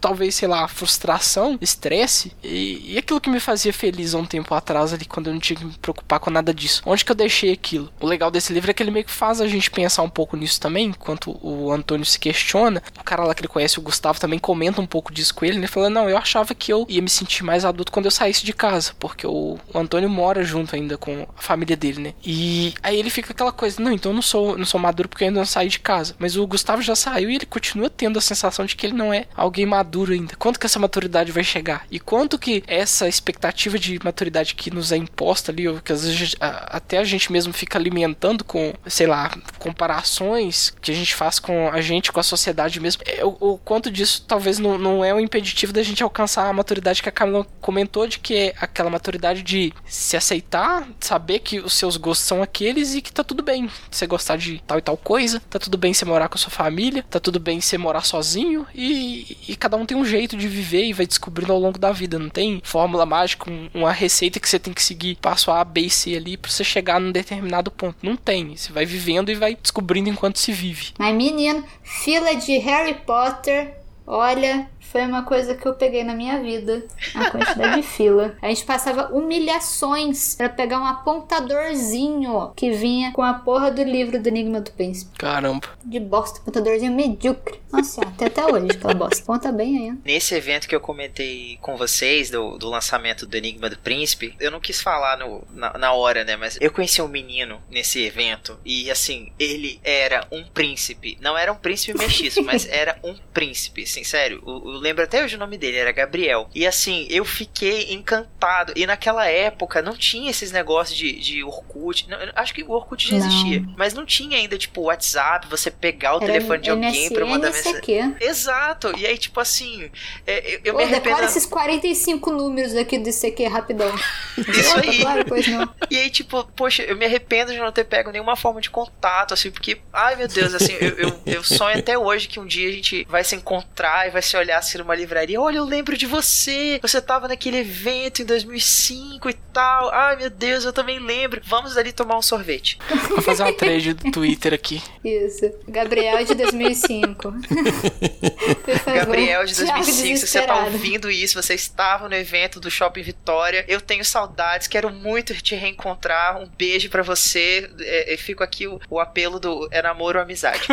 talvez, sei lá, frustração, estresse, e, e aquilo que me fazia feliz há um tempo atrás ali, quando eu não tinha que me preocupar com nada disso. Onde que eu deixei aquilo? O legal desse livro é que ele meio que faz a gente pensar um pouco nisso também, enquanto o Antônio se questiona. O cara lá que ele conhece, o Gustavo, também comenta um pouco disso com ele, ele fala, não, eu achava que eu ia me sentir mais adulto quando eu saísse de casa, porque o, o Antônio mora junto ainda com a família dele, né? E aí ele fica aquela coisa, não, então eu não sou, não sou maduro porque eu ainda não saí de casa. Mas o Gustavo já saiu e ele continua tendo a sensação de que ele não é alguém maduro ainda. Quanto que essa maturidade vai chegar? E quanto que essa expectativa de maturidade que nos é imposta ali, ou que às vezes a, até a gente mesmo fica alimentando com, sei lá, comparações que a gente faz com a gente, com a sociedade mesmo, é, o, o quanto disso talvez não, não é um impeditivo da gente alcançar a maturidade que a Camila comentou, de que é aquela maturidade de se aceitar, saber que os seus gostos são aqueles e que tá tudo bem você gostar de tal e tal coisa, tá tudo bem você morar com a sua família, tá tudo bem você morar sozinho, e, e cada um tem um jeito de viver e vai descobrindo ao longo da vida. Não tem fórmula mágica, um, uma receita que você tem que seguir passo A, B e C ali pra você chegar num determinado ponto. Não tem. Você vai vivendo e vai descobrindo enquanto se vive. Mas menino, fila de Harry Potter, olha, foi uma coisa que eu peguei na minha vida, a quantidade de fila. A gente passava humilhações pra pegar um apontadorzinho que vinha com a porra do livro do Enigma do Príncipe. Caramba. De bosta, apontadorzinho medíocre. Nossa, até até hoje aquela bosta. Conta bem aí. Nesse evento que eu comentei com vocês, do, do lançamento do Enigma do Príncipe, eu não quis falar no, na, na hora, né, mas eu conheci um menino nesse evento e, assim, ele era um príncipe. Não era um príncipe mestiço, mas era um príncipe, assim, sério. O, o lembro até hoje o nome dele, era Gabriel. E assim, eu fiquei encantado. E naquela época não tinha esses negócios de, de Orkut. Não, acho que o Orkut já existia. Não. Mas não tinha ainda, tipo, WhatsApp, você pegar o era telefone de alguém M S N, pra mandar mensagem. Exato. E aí, tipo assim, é, eu, eu Ô, me arrependo. Decora esses quarenta e cinco números aqui do I C Q rapidão. Isso aí. Claro, pois não. E aí, tipo, poxa, eu me arrependo de não ter pego nenhuma forma de contato, assim, porque, ai meu Deus, assim, eu, eu, eu sonho até hoje que um dia a gente vai se encontrar e vai se olhar assim numa livraria. Olha, eu lembro de você. Você tava naquele evento em dois mil e cinco e tal. Ai, meu Deus, eu também lembro. Vamos ali tomar um sorvete. Vou fazer uma thread do Twitter aqui. Isso. Gabriel de dois mil e cinco. Gabriel de dois mil e cinco, se você tá ouvindo isso, você estava no evento do Shopping Vitória. Eu tenho saudades, quero muito te reencontrar. Um beijo pra você. E fico aqui o, o apelo do é namoro ou amizade.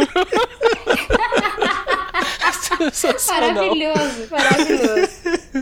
Maravilhoso, maravilhoso.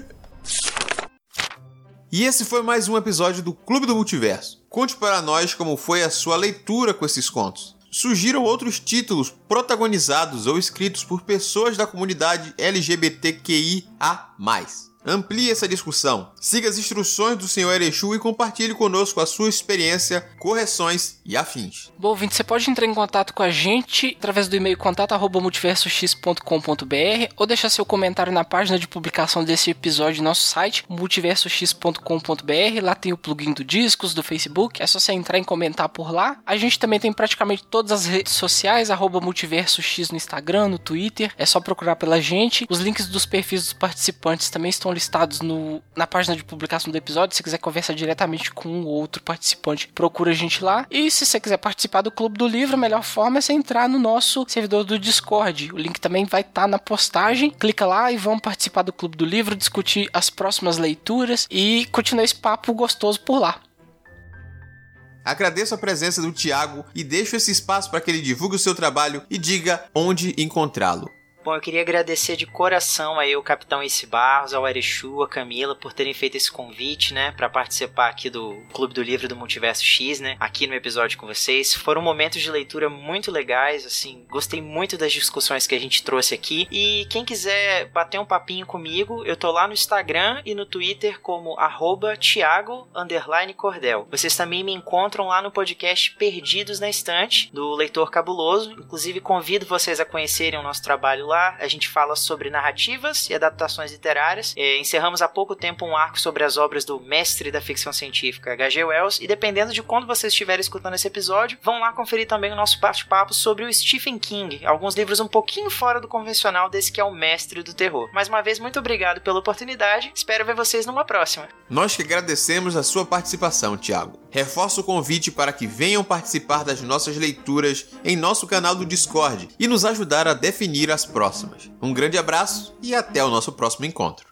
E esse foi mais um episódio do Clube do Multiverso. Conte para nós como foi a sua leitura com esses contos. Sugiram outros títulos protagonizados ou escritos por pessoas da comunidade L G B T Q I A mais. Amplie essa discussão, siga as instruções do senhor Erechu e compartilhe conosco a sua experiência, correções e afins. Bom, ouvinte, você pode entrar em contato com a gente através do e-mail contato arroba multiverso x ponto com ponto b r ou deixar seu comentário na página de publicação desse episódio no nosso site, multiverso x ponto com ponto b r. Lá tem o plugin do Discos, do Facebook, é só você entrar e comentar por lá. A gente também tem praticamente todas as redes sociais, arroba multiversox no Instagram, no Twitter, é só procurar pela gente. Os links dos perfis dos participantes também estão listados no, na página de publicação do episódio. Se quiser conversar diretamente com um ou outro participante, procura a gente lá. E se você quiser participar do Clube do Livro, a melhor forma é você entrar no nosso servidor do Discord. O link também vai estar tá na postagem. Clica lá e vamos participar do Clube do Livro, discutir as próximas leituras e continuar esse papo gostoso por lá. Agradeço a presença do Thiago e deixo esse espaço para que ele divulgue o seu trabalho e diga onde encontrá-lo. Bom, eu queria agradecer de coração aí o Capitão Ace Barros, ao Erechu, a Camila, por terem feito esse convite, né, para participar aqui do Clube do Livro do Multiverso X, né, aqui no episódio com vocês. Foram momentos de leitura muito legais, assim, gostei muito das discussões que a gente trouxe aqui. E quem quiser bater um papinho comigo, eu tô lá no Instagram e no Twitter como arroba Thiago underline Cordel. Vocês também me encontram lá no podcast Perdidos na Estante, do Leitor Cabuloso. Inclusive, convido vocês a conhecerem o nosso trabalho lá. A gente fala sobre narrativas e adaptações literárias. É, encerramos há pouco tempo um arco sobre as obras do mestre da ficção científica H G Wells, e dependendo de quando vocês estiverem escutando esse episódio, vão lá conferir também o nosso bate-papo sobre o Stephen King, alguns livros um pouquinho fora do convencional desse que é o mestre do terror. Mais uma vez, muito obrigado pela oportunidade, espero ver vocês numa próxima. Nós que agradecemos a sua participação, Thiago. Reforço o convite para que venham participar das nossas leituras em nosso canal do Discord e nos ajudar a definir as próximas. Um grande abraço e até o nosso próximo encontro.